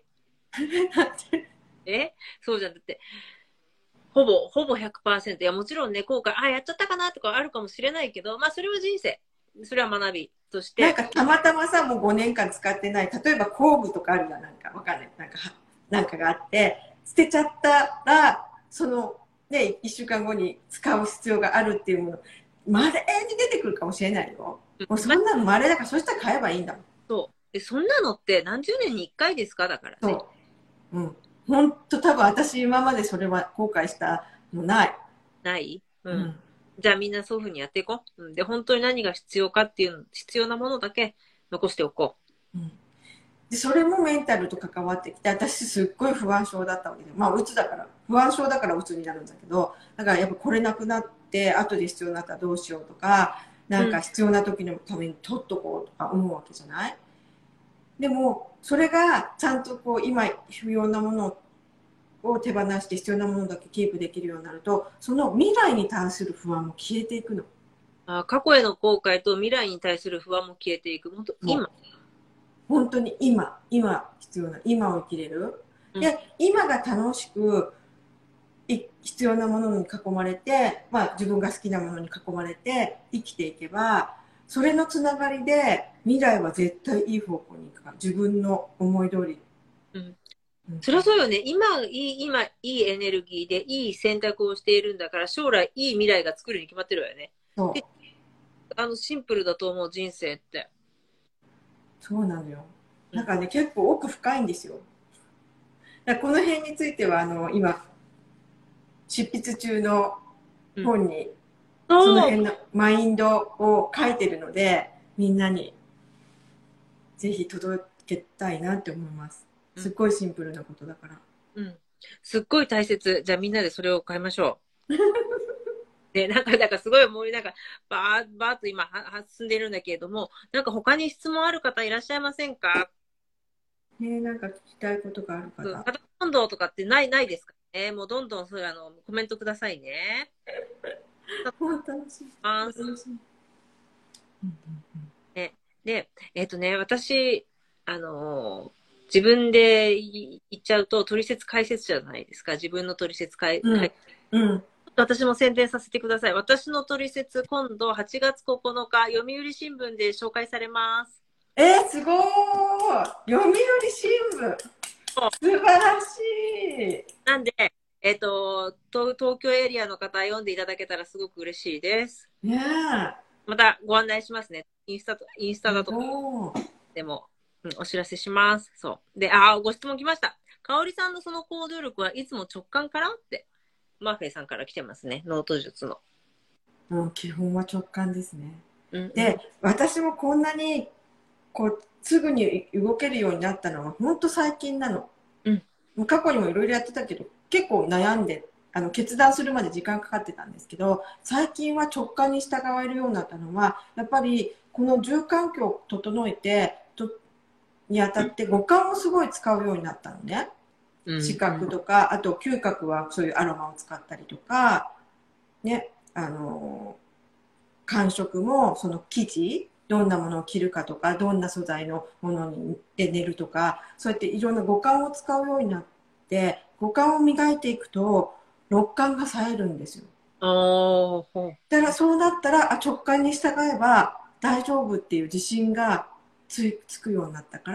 そうじゃん。だって、ほぼ100%。いや、もちろんね、後悔、やっちゃったかなとかあるかもしれないけど、まあ、それは人生。それは学びとして。 なんかたまたまさ、もう5年間使ってない、例えば工具とかあるじゃん、なんかわかんない。なんかがあって、捨てちゃったら、その、ね、1週間後に使う必要があるっていうもの、稀に出てくるかもしれないよ。もうそまあ、 んなの稀だから。そしたら買えばいいんだもん。 そう。で、そんなのって何十年に1回ですかだからね。 そう。うん。ほんと多分私今までそれは後悔したのない。 ないうん。 うん。 じゃあみんなそういうふうにやっていこう。うん。で、本当に何が必要かっていう、必要なものだけ残しておこうん。で、それもメンタルと関わってきて、私すっごい不安症だったわけで、まあ、うつだから、不安症だからうつになるんだけど、だからやっぱこれなくなって、後で必要になったらどうしようとか、なんか必要な時のために取っとこうとか思うわけじゃない。でも、それがちゃんとこう、今不要なものを手放して必要なものだけキープできるようになると、その未来に対する不安も消えていくの。 過去への後悔と未来に対する不安も消えていく。本当今。 本当に今必要な、今を生きれる。 うん、 で、今が楽しく、必要なものに囲まれて、まあ自分が好きなものに囲まれて生きていけば、それのつながりで未来は絶対いい方向に行くから、自分の思い通り。 うん。そりゃそうよね。今いいエネルギーでいい選択をしているんだから、将来いい未来が作るに決まってるわよね。 そう。 でシンプルだと思う、人生って。 そうなのよ。なんかね、結構奥深いんですよ。だからこの辺については、今、執筆中の本に、その辺のマインドを書いてるので、みんなにぜひ届けたいなって思います。すっごいシンプルなことだから。 うん。すっごい大切。じゃあみんなでそれを買いましょう。で、なんかすごいもうバーっと今進んでいるんだけれども、なんか他に質問ある方いらっしゃいませんか？ なんか聞きたいことがあるかまら。 た今度とかってないですかね。もうどんどんそれコメントくださいね。 楽しい。楽しい。 で、私、自分で言っちゃうと、取説解説じゃないですか。自分の取説私も宣伝させてください。私の取説、今度8月9日、読売新聞で紹介されます。 すごーい。読売新聞。素晴らしい。 なんで、東京エリアの方読んでいただけたらすごく嬉しいです。またご案内しますね。インスタだとかでも、お知らせします。そう。で、ご質問来ました。かおりさんのその行動力はいつも直感からって、マーフェイさんから来てますね。ノート術の。 もう基本は直感ですね。 うんうん、 で、私もこんなに、すぐに動けるようになったのは、本当最近なの。過去にもいろいろやってたけど、結構悩んで、決断するまで時間かかってたんですけど、最近は直感に従えるようになったのは、やっぱりこの住環境を整えてにあたって五感をすごい使うようになったのね。視覚とか、あと嗅覚はそういうアロマを使ったりとか、ね、感触もその生地、どんなものを着るかとか、どんな素材のもので寝るとか、そうやっていろんな五感を使うようになって、五感を磨いていくと、六感が冴えるんですよ。だからそうなったら、直感に従えば大丈夫っていう自信がつくようになったから、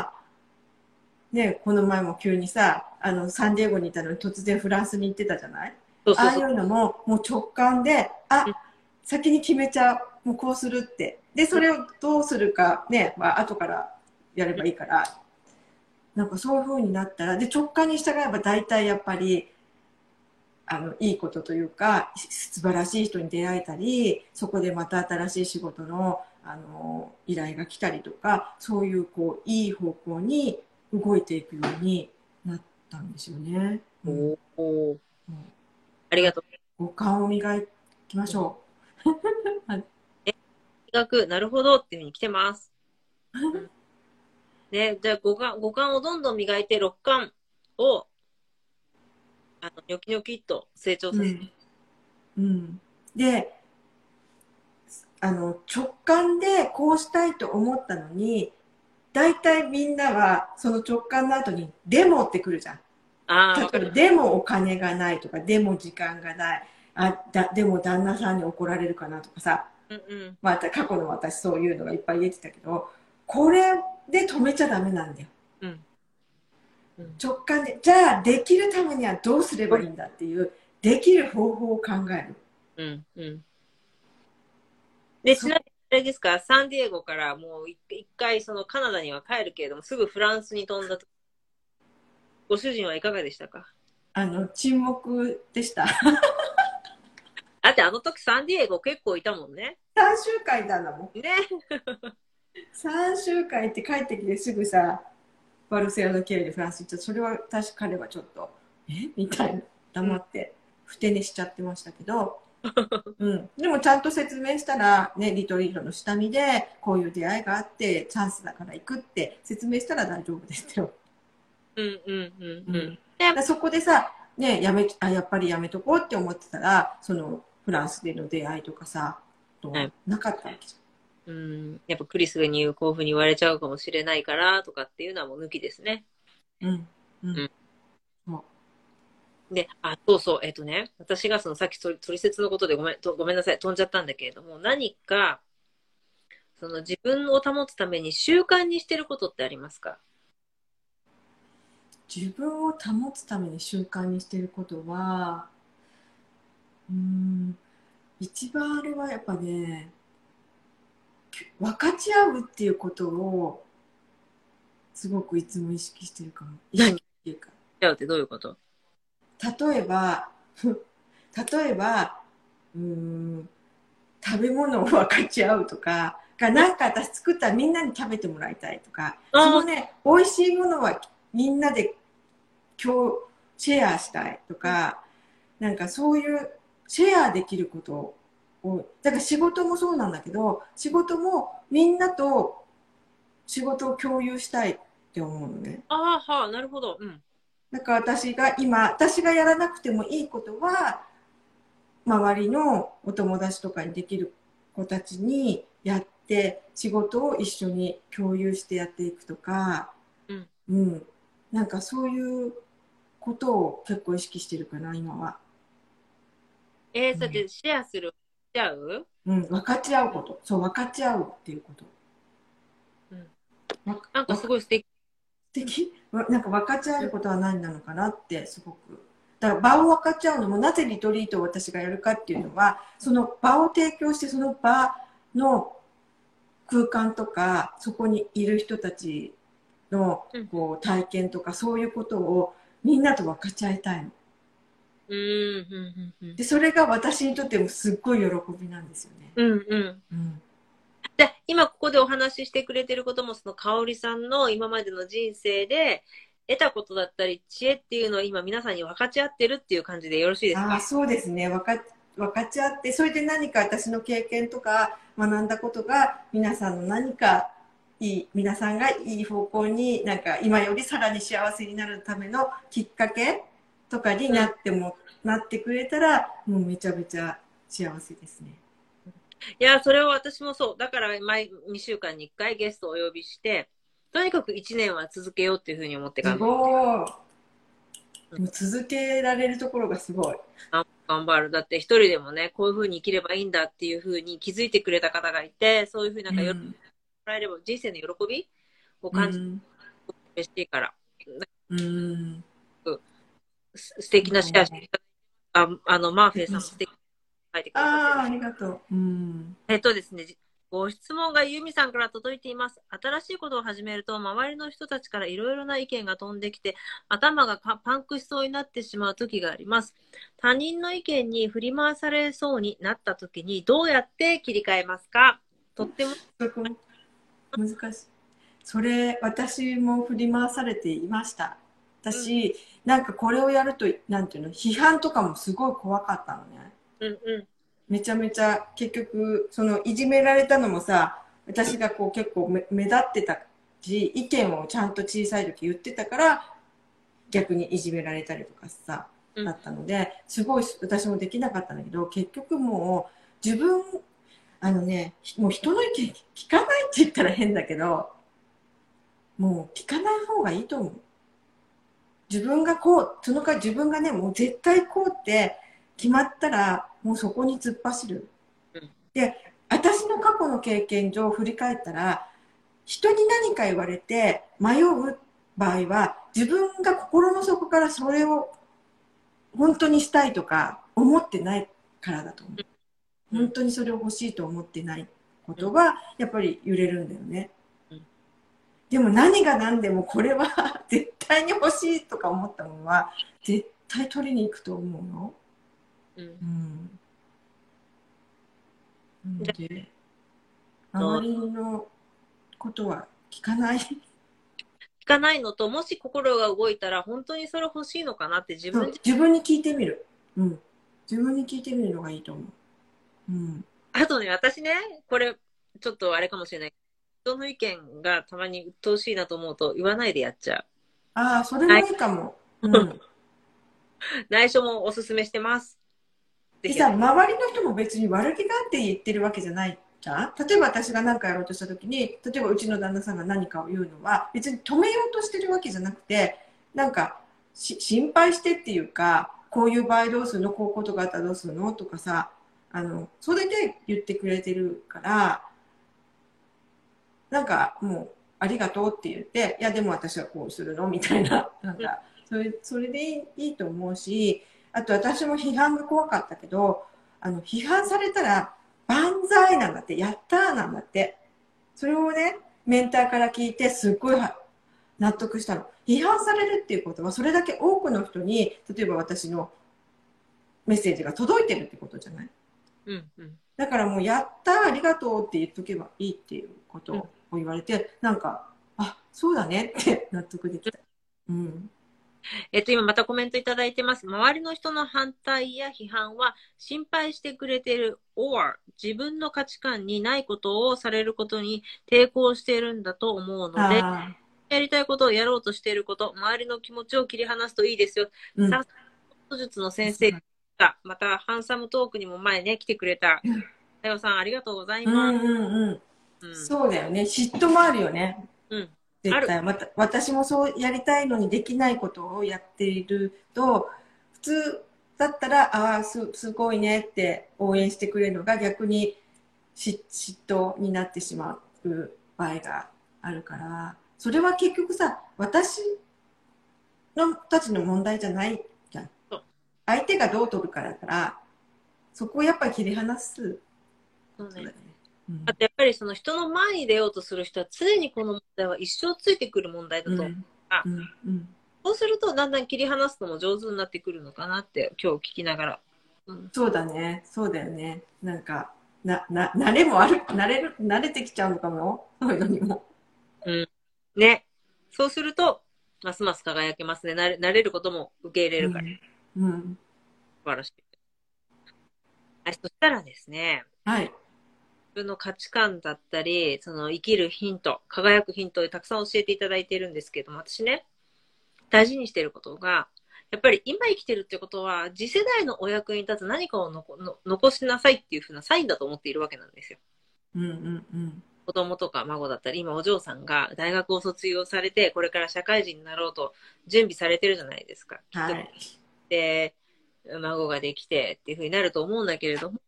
ね、この前も急にさ、サンディエゴにいたのに突然フランスに行ってたじゃない？ああいうのも、もう直感で、先に決めちゃう。もうこうするって。で、それをどうするかね、後からやればいいから、なんかそういう風になったら、で、直感に従えば大体やっぱり、いいことというか、素晴らしい人に出会えたり、そこでまた新しい仕事の、依頼が来たりとか、そういう、いい方向に動いていくようになったんですよね。 ありがとう。 五感を磨きましょう。 磨く、なるほどっていうふうに来てます。ね、じゃあ五感をどんどん磨いて、六感を、ニョキニョキっと成長させる。 で、直感でこうしたいと思ったのに、大体みんなはその直感の後にでもってくるじゃん。例えばでもお金がないとか、でも時間がない、でも旦那さんに怒られるかなとかさ、また過去の私そういうのがいっぱい言ってたけど、これで止めちゃダメなんだよ。直感で、じゃあできるためにはどうすればいいんだっていう、できる方法を考える。 で、ちなみにあれですか、サンディエゴからもう一回そのカナダには帰るけれども、すぐフランスに飛んだと。ご主人はいかがでしたか？ 沈黙でした。 だってあの時サンディエゴ結構いたもんね。 3週間いたんだもん。 ね。 3週間行って帰ってきてすぐさ、バルセロナ経由でフランス行った。それは確か彼はちょっと、みたいな。黙って、ふて寝しちゃってましたけど、でもちゃんと説明したら、ね、リトリートの下見で、こういう出会いがあって、チャンスだから行くって説明したら大丈夫ですよ。そこでさ、ね、やっぱりやめとこうって思ってたら、そのフランスでの出会いとかさ、なかったわけじゃん。 やっぱクリスにこういうふうに言われちゃうかもしれないからとかっていうのはもう抜きですね。で、そうそう、私がそのさっき取説のことでごめんなさい、飛んじゃったんだけれども、何か、その自分を保つために習慣にしてることってありますか？ 自分を保つために習慣にしてることは、一番あれはやっぱね、分かち合うっていうことをすごくいつも意識してるかも。 何っていうか。ってどういうこと？ 例えば食べ物を分かち合うとか、 がなんか私作ったらみんなに食べてもらいたいとか、 あーそのね、美味しいものはみんなでシェアしたいとか、なんかそういうシェアできることを、だから仕事もそうなんだけど、仕事もみんなと仕事を共有したいって思うのね。 ああ、はあ、なるほど。うん。 だから私がやらなくてもいいことは、周りのお友達とかにできる子たちにやって、仕事を一緒に共有してやっていくとか、 うん。 うん。なんかそういうことを結構意識してるかな、今は。 だってシェアする、しちゃう。 うん、分かち合うこと。そう、分かち合うっていうこと。 うん。 わなんかわすごい素敵。 なんか分かち合えることは何なのかなってすごく。だから場を分かち合うのも、なぜリトリートを私がやるかっていうのは、その場を提供して、その場の空間とか、そこにいる人たちのこう体験とか、そういうことをみんなと分かち合いたいの。で、それが私にとってもすっごい喜びなんですよね。 うんうん。 うん。 で、今ここでお話ししてくれてることも、その香織さんの今までの人生で得たことだったり、知恵っていうのを今皆さんに分かち合ってるっていう感じでよろしいですか？ ああ、そうですね。分かち合って、それで何か私の経験とか学んだことが皆さんの何か皆さんがいい方向になんか今よりさらに幸せになるためのきっかけとかになってくれたら、もうめちゃめちゃ幸せですね。 いや、それは私もそう。だから毎2週間に1回ゲストをお呼びして、とにかく1年は続けようっていうふうに思ってすごい。もう続けられるところがすごい。 頑張る。だって一人でもね、こういうふうに生きればいいんだっていうふうに気づいてくれた方がいて、そういうふうになんか喜んでもらえれば、人生の喜びを感じて嬉しいから。素敵なシェアしていただいて、マーフェイさんも素敵に書いてくださってる。 ありがとう。 ですね、ご質問がユミさんから届いています。新しいことを始めると、周りの人たちからいろいろな意見が飛んできて、頭がパンクしそうになってしまう時があります。他人の意見に振り回されそうになった時に、どうやって切り替えますか？とっても難しい。それ、私も振り回されていました。私、なんかこれをやると、なんていうの、批判とかもすごい怖かったのね。めちゃめちゃ、結局、いじめられたのもさ、私がこう結構目立ってたし、意見をちゃんと小さい時言ってたから、逆にいじめられたりとかさ、だったので、すごい私もできなかったんだけど、結局もう、もう人の意見聞かないって言ったら変だけど、もう聞かない方がいいと思う。自分がこう、その代わり自分がね、もう絶対こうって決まったら、もうそこに突っ走る。で、私の過去の経験上振り返ったら、人に何か言われて迷う場合は、自分が心の底からそれを本当にしたいとか思ってないからだと思う。本当にそれを欲しいと思ってないことは、やっぱり揺れるんだよね。でも何が何でもこれは絶対に欲しいとか思ったものは絶対取りに行くと思うの。で、周りのことは聞かない。 聞かないのと、もし心が動いたら本当にそれ欲しいのかなって自分に聞いてみる。自分に聞いてみるのがいいと思う。 あとね、私ね、これちょっとあれかもしれない。人の意見がたまに鬱陶しいなと思うと言わないでやっちゃう。 ああ、それもいいかも。 内緒もおすすめしてます。 でさ、周りの人も別に悪気があって言ってるわけじゃないじゃん。例えば私が何かやろうとした時に、例えばうちの旦那さんが何かを言うのは、別に止めようとしてるわけじゃなくて、なんか心配してっていうか、こういう場合どうするの、こういうことがあったらどうするのとかさ、それで言ってくれてるから、なんかもうありがとうって言って、いやでも私はこうするのみたいな、なんかそれでいいと思うし、あと私も批判が怖かったけど、批判されたら万歳なんだって、やったーなんだって。それをね、メンターから聞いてすっごい納得したの。批判されるっていうことは、それだけ多くの人に、例えば私のメッセージが届いてるってことじゃない？ だからもう、やったー、ありがとうって言っとけばいいっていうことを言われて、なんか、あ、そうだねって納得できた。うん。 今またコメントいただいてます。周りの人の反対や批判は心配してくれてる or 自分の価値観にないことをされることに抵抗しているんだと思うので、 ああ、 やりたいことをやろうとしていること、周りの気持ちを切り離すといいですよ。 うん。 さ技術の先生が、またハンサムトークにも前ね、来てくれた。さよさん、ありがとうございます。 うんうんうん。そうだよね。嫉妬もあるよね。 うん。 絶対。私もそうやりたいのにできないことをやっていると、普通だったら、ああ、すごいねって応援してくれるのが逆に嫉妬になってしまう場合があるから、それは結局さ、私たちの問題じゃないじゃん。相手がどう取るかだから、そこをやっぱり切り離す。 そうね。 うん、 あとやっぱりその人の前に出ようとする人は常にこの問題は一生ついてくる問題だと思うから、そうするとだんだん切り離すのも上手になってくるのかなって今日聞きながら。 そうだね。そうだよね。なんか、慣れもある、慣れてきちゃうのかも。そういうのにも。 うん。ね。そうすると、ますます輝けますね。慣れることも受け入れるから。 うん。 素晴らしい。そしたらですね。 はい。 自分の価値観だったり、その生きるヒント、輝くヒントをたくさん教えていただいているんですけども、私ね、大事にしていることが、やっぱり今生きてるってことは、次世代のお役に立つ何かを残しなさいっていう風なサインだと思っているわけなんですよ。子供とか孫だったり、今お嬢さんが大学を卒業されて、これから社会人になろうと準備されてるじゃないですか。 はい。 で、孫ができてっていう風になると思うんだけれども、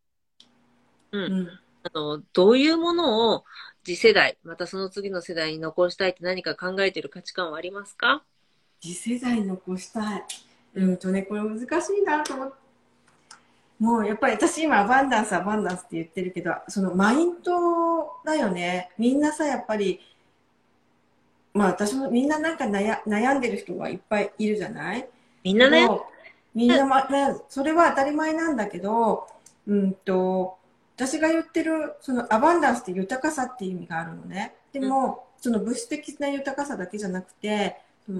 どういうものを次世代、またその次の世代に残したいって何か考えている価値観はありますか？ 次世代に残したい。これ難しいなと思って。もうやっぱり私今アバンダンスって言ってるけど、そのマインドだよね。みんなさ、やっぱり、まあ私もみんななんか悩んでる人がいっぱいいるじゃない？ みんなね。 みんな、それは当たり前なんだけど、私が言ってる、そのアバンダンスって豊かさっていう意味があるのね。でも、その物質的な豊かさだけじゃなくて、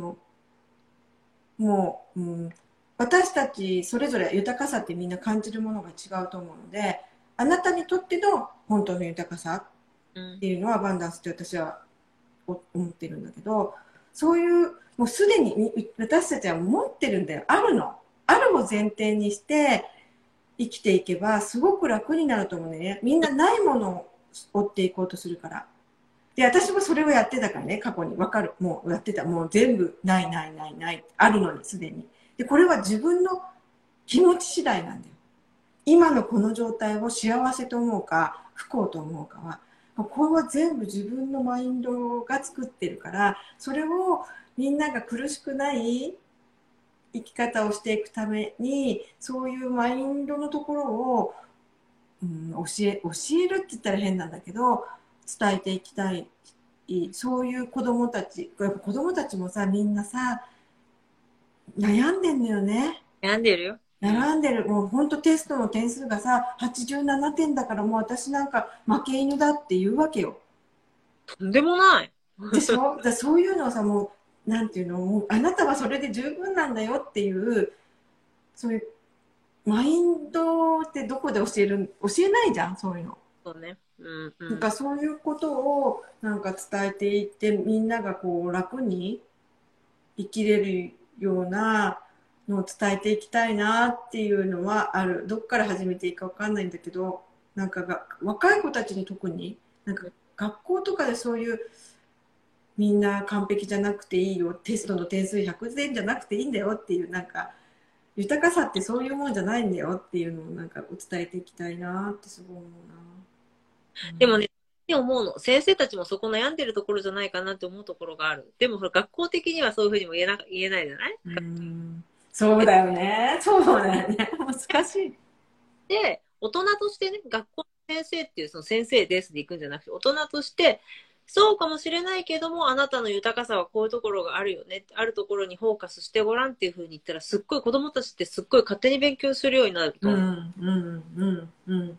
私たちそれぞれ豊かさってみんな感じるものが違うと思うので、あなたにとっての本当の豊かさっていうのはアバンダンスって私は思ってるんだけど、そういう、もうすでに私たちは持ってるんだよ。あるを前提にして生きていけばすごく楽になると思うね。みんなないものを追っていこうとするから。で、私もそれをやってたからね、過去に。わかる。もうやってた。もう全部ない。あるのに、すでに。で、これは自分の気持ち次第なんだよ。今のこの状態を幸せと思うか、不幸と思うかは、これは全部自分のマインドが作ってるから、それをみんなが苦しくない生き方をしていくために、そういうマインドのところを、教えるって言ったら変なんだけど、伝えていきたい。そういう子供たちもさ、みんなさ、悩んでんのよね。 悩んでるよ。 悩んでる。もう本当テストの点数がさ、87点だからもう私なんか負け犬だって言うわけよ。 とんでもない。 でしょ？そういうのをさ、もう、なんていうの、もうあなたはそれで十分なんだよっていう、そういうマインドってどこで教えないじゃん、そういうの。 そうね。 なんかそういうことをなんか伝えていって、みんながこう楽に生きれるようなのを伝えていきたいなっていうのはある。どっから始めていいかわかんないんだけど、なんか若い子たちに特に、なんか学校とかでそういうみんな完璧じゃなくていいよ、テストの点数100点じゃなくていいんだよっていう、なんか豊かさってそういうもんじゃないんだよっていうのをなんかお伝えていきたいなってすごい思うな。 でもね、思うの。先生たちもそこ悩んでるところじゃないかなって思うところがある。でも学校的にはそういうふうにも言えないじゃない？ そうだよね。そうだよね。難しい。 で、大人としてね、学校の先生っていうその先生ですで行くんじゃなくて、大人として、そうかもしれないけども、あなたの豊かさはこういうところがあるよね。あるところにフォーカスしてごらんっていうふうに言ったら、すっごい子供たちってすっごい勝手に勉強するようになると。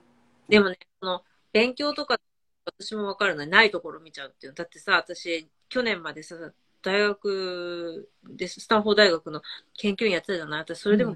でもね、勉強とか、私もわかるのにないところ見ちゃうっていう。だってさ、私、去年までさ、大学で、スタンフォード大学の研究員やってたじゃない？私、それでも、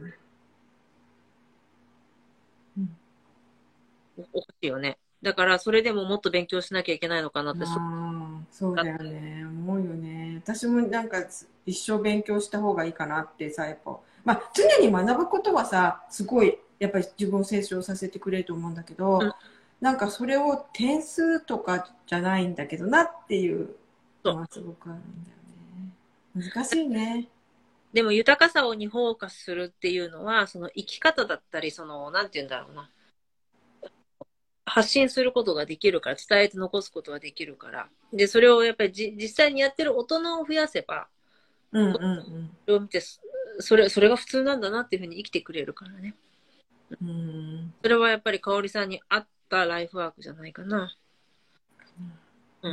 おかしいよね。だから、それでももっと勉強しなきゃいけないのかなって、 ああ、そうだよね。思うよね。私もなんか一生勉強した方がいいかなってさ、やっぱ、まあ常に学ぶことはさ、すごい、やっぱり自分を成長させてくれると思うんだけど、 うん、 なんかそれを点数とかじゃないんだけどなっていうそう。 のはすごくあるんだよね。難しいね。 でも、豊かさをにフォーカスするっていうのは、その生き方だったり、なんて言うんだろうな。発信することができるから、伝えて残すことができるから。で、それをやっぱり実際にやってる大人を増やせば、 うんうんそれを見て、それが普通なんだなっていうふうに生きてくれるからね。 うん。 それはやっぱり香織さんに合ったライフワークじゃないかな。うん。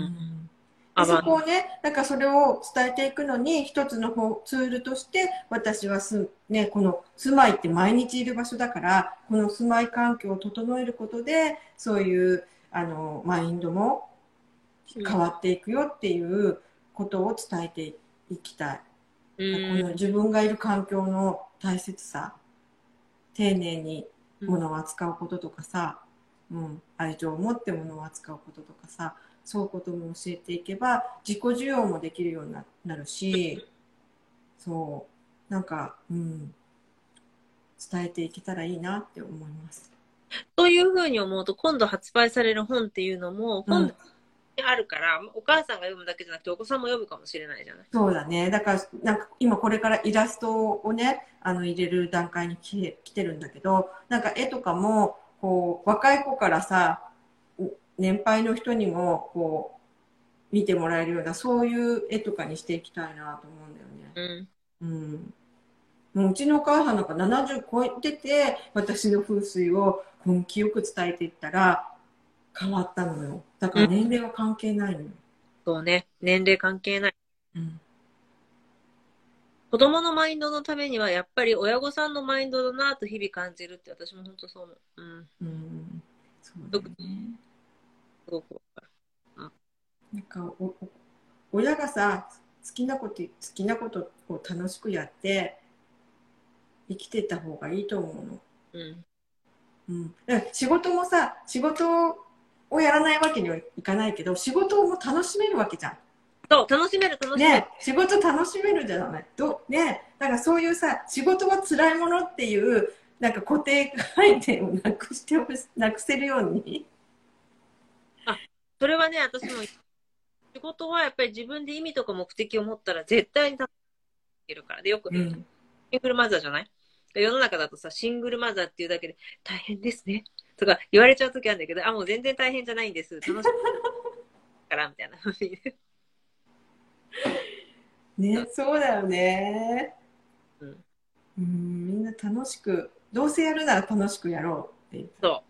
でそこをね、なんかそれを伝えていくのに、一つのツールとして、私はこの住まいって毎日いる場所だから、この住まい環境を整えることで、そういう、マインドも変わっていくよっていうことを伝えていきたい。この自分がいる環境の大切さ、丁寧に物を扱うこととかさ、愛情を持って物を扱うこととかさ、そういうことも教えていけば自己需要もできるようになるし、そうなんか、伝えていけたらいいなって思います。 そういうふうに思うと、今度発売される本っていうのも、本にあるから、お母さんが読むだけじゃなくて、お子さんも読むかもしれないじゃない。 そうだね。だから、なんか今これからイラストをね、入れる段階に来てるんだけど、なんか絵とかも、こう、若い子からさ、年配の人にも、こう、見てもらえるような、そういう絵とかにしていきたいなと思うんだよね。もううちのお母さんなんか70超えてて、私の風水を根気よく伝えていったら変わったのよ。だから年齢は関係ないのよ。 そうね。年齢関係ない。子供のマインドのためには、やっぱり親御さんのマインドだなと日々感じるって私も本当そう思う。 そうだよね。 すごくわかる。 なんか親がさ、好きなことを楽しくやって生きてた方がいいと思うの。だから仕事もさ、仕事をやらないわけにはいかないけど、仕事も楽しめるわけじゃん。 そう、楽しめる。 ね、仕事楽しめるじゃない。ね、だからそういうさ、仕事は辛いものっていう、なんか固定概念をなくせるように。 それはね、私も、仕事はやっぱり自分で意味とか目的を持ったら絶対に楽しめるから。で、よく、シングルマザーじゃない？世の中だとさ、シングルマザーっていうだけで大変ですね。とか言われちゃうときあるんだけど、もう全然大変じゃないんです。楽しいから、みたいな。 ね、そうだよね。みんな楽しく、どうせやるなら楽しくやろうっていう。 そう。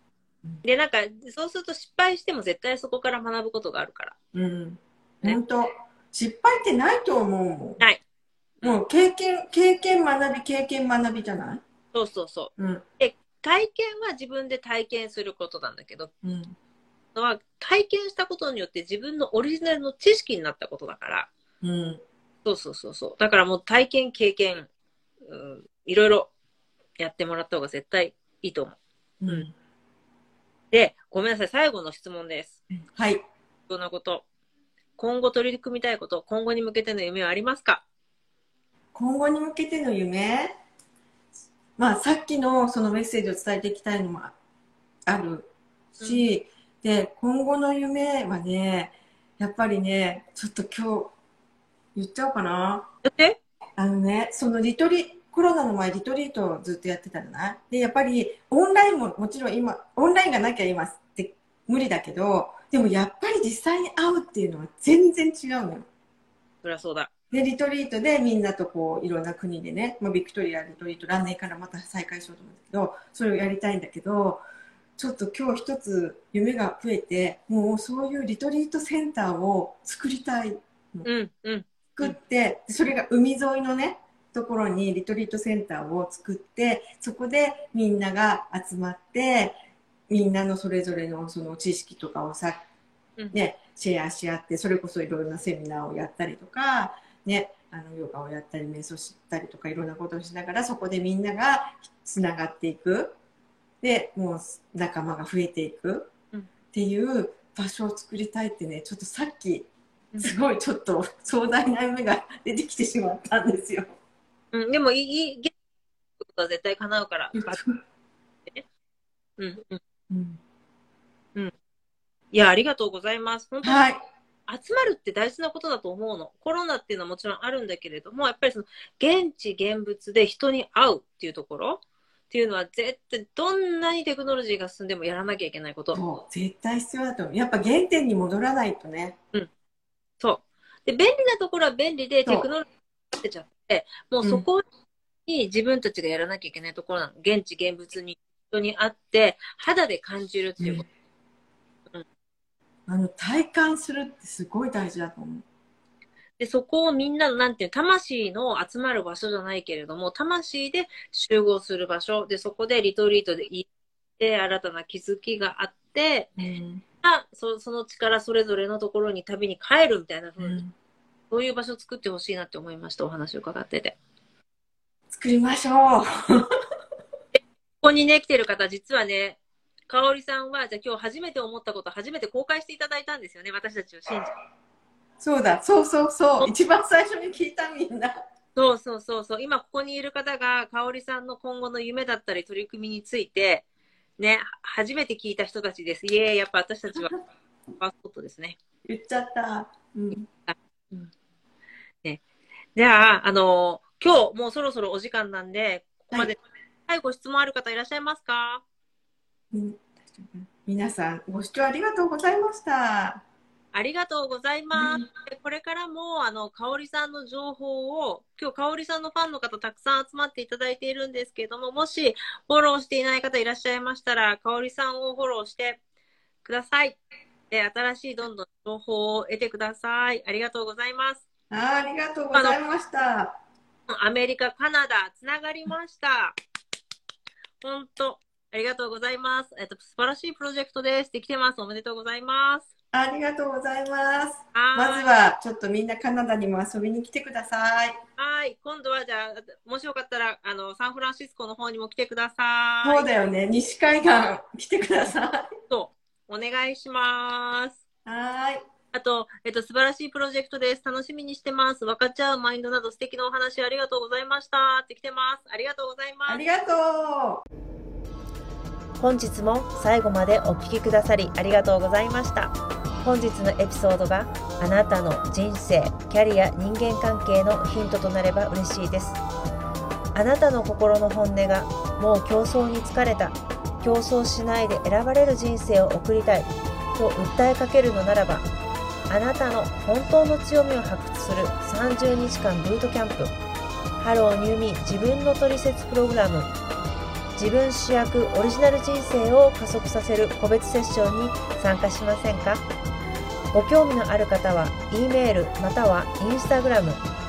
で、なんか、そうすると失敗しても絶対そこから学ぶことがあるから。 本当、失敗ってないと思うもん。 ない。 もう経験学びじゃない？ そう。で、体験は自分で体験することなんだけど、体験したことによって自分のオリジナルの知識になったことだから。そう。だからもう体験、経験、いろいろやってもらった方が絶対いいと思う。で、ごめんなさい。最後の質問です。 はい。 そんなこと。今後取り組みたいこと、今後に向けての夢はありますか？ 今後に向けての夢？まあ、さっきのそのメッセージを伝えていきたいのもあるし、で、今後の夢はね、やっぱりね、ちょっと今日言っちゃおうかな。そのコロナの前リトリートをずっとやってたじゃない？で、やっぱりオンラインももちろん今、オンラインがなきゃ今って無理だけど、でもやっぱり実際に会うっていうのは全然違うのよ。 そりゃそうだ。 で、リトリートでみんなとこう、いろんな国でね、ビクトリアリトリート、来年からまた再開しようと思うんだけど、それをやりたいんだけど、ちょっと今日一つ夢が増えて、もうそういうリトリートセンターを作りたいの。作って、それが海沿いのね、ところにリトリートセンターを作って、そこでみんなが集まって、 みんなのそれぞれのその知識とかをさ、ね、シェアし合って、それこそいろんなセミナーをやったりとか、ね、ヨガをやったり瞑想したりとかいろんなことをしながら、そこでみんながつながっていく、でもう仲間が増えていくっていう場所を作りたいってね、ちょっとさっきすごいちょっと壮大な夢が出てきてしまったんですよ。 でもいいことは絶対叶うから。いや、ありがとうございます。本当に、 はい、 集まるって大事なことだと思うの。コロナっていうのはもちろんあるんだけれども、やっぱりその現地現物で人に会うっていうところっていうのは絶対どんなにテクノロジーが進んでもやらなきゃいけないこと。 そう、絶対必要だと思う。やっぱ原点に戻らないとね。 そう。で、便利なところは便利でテクノロジーが出ちゃって、もうそこに自分たちがやらなきゃいけないところなの。現地現物に人に会って肌で感じるっていうこと。 体感するってすごい大事だと思う。 で、そこをみんなの、なんていう、魂の集まる場所じゃないけれども、魂で集合する場所。で、そこでリトリートで行って、新たな気づきがあって、その力それぞれのところに旅に帰るみたいな風に、そういう場所を作ってほしいなって思いました。お話を伺ってて。 作りましょう。 ここにね、来てる方、実はね、かおりさんは、じゃあ今日初めて思ったこと、初めて公開していただいたんですよね。私たちを信じて。 そうだ、そうそうそう。一番最初に聞いたみんな。 そうそうそうそう。今ここにいる方が、かおりさんの今後の夢だったり取り組みについて、ね、初めて聞いた人たちです。いえ、やっぱ私たちはパスポートですね。 言っちゃった。 ね、じゃあ、今日もうそろそろお時間なんで、ここまで、はい、ご質問ある方いらっしゃいますか？ 皆さん、ご視聴ありがとうございました。 ありがとうございます。これからも、かおりさんの情報を、今日かおりさんのファンの方たくさん集まっていただいているんですけれども、もしフォローしていない方いらっしゃいましたら、かおりさんをフォローしてください。で、新しいどんどん情報を得てください。ありがとうございます。 ありがとうございました。 アメリカ、カナダ、つながりました。本当、ありがとうございます。素晴らしいプロジェクトです。できてます。おめでとうございます。 ありがとうございます。まずは、ちょっとみんなカナダにも遊びに来てください。 はい。今度は、じゃあ、もしよかったら、サンフランシスコの方にも来てください。 そうだよね。西海岸来てください。 そう。お願いします。 はい。 あと、素晴らしいプロジェクトです。楽しみにしてます。分かっちゃうマインドなど素敵なお話ありがとうございました。って来てます。ありがとうございます。 ありがとう。 本日も最後までお聞きくださりありがとうございました。本日のエピソードがあなたの人生、キャリア、人間関係のヒントとなれば嬉しいです。あなたの心の本音がもう競争に疲れた、競争しないで選ばれる人生を送りたいと訴えかけるのならば、あなたの本当の強みを発掘する30日間ブートキャンプ、ハローニューミー自分のトリセツプログラム、自分主役オリジナル人生を加速させる個別セッションに参加しませんか？ご興味のある方は E メールまたは Instagram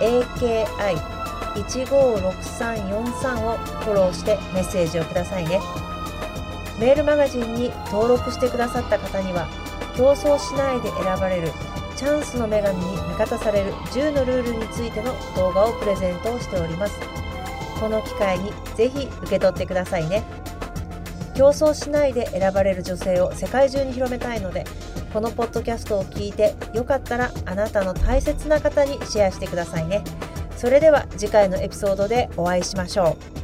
AKI156343 をフォローしてメッセージをくださいね。メールマガジンに登録してくださった方には競争しないで選ばれるチャンスの女神に味方される10のルールについての動画をプレゼントをしております。この機会にぜひ受け取ってくださいね。競争しないで選ばれる女性を世界中に広めたいので、このポッドキャストを聞いてよかったらあなたの大切な方にシェアしてくださいね。それでは次回のエピソードでお会いしましょう。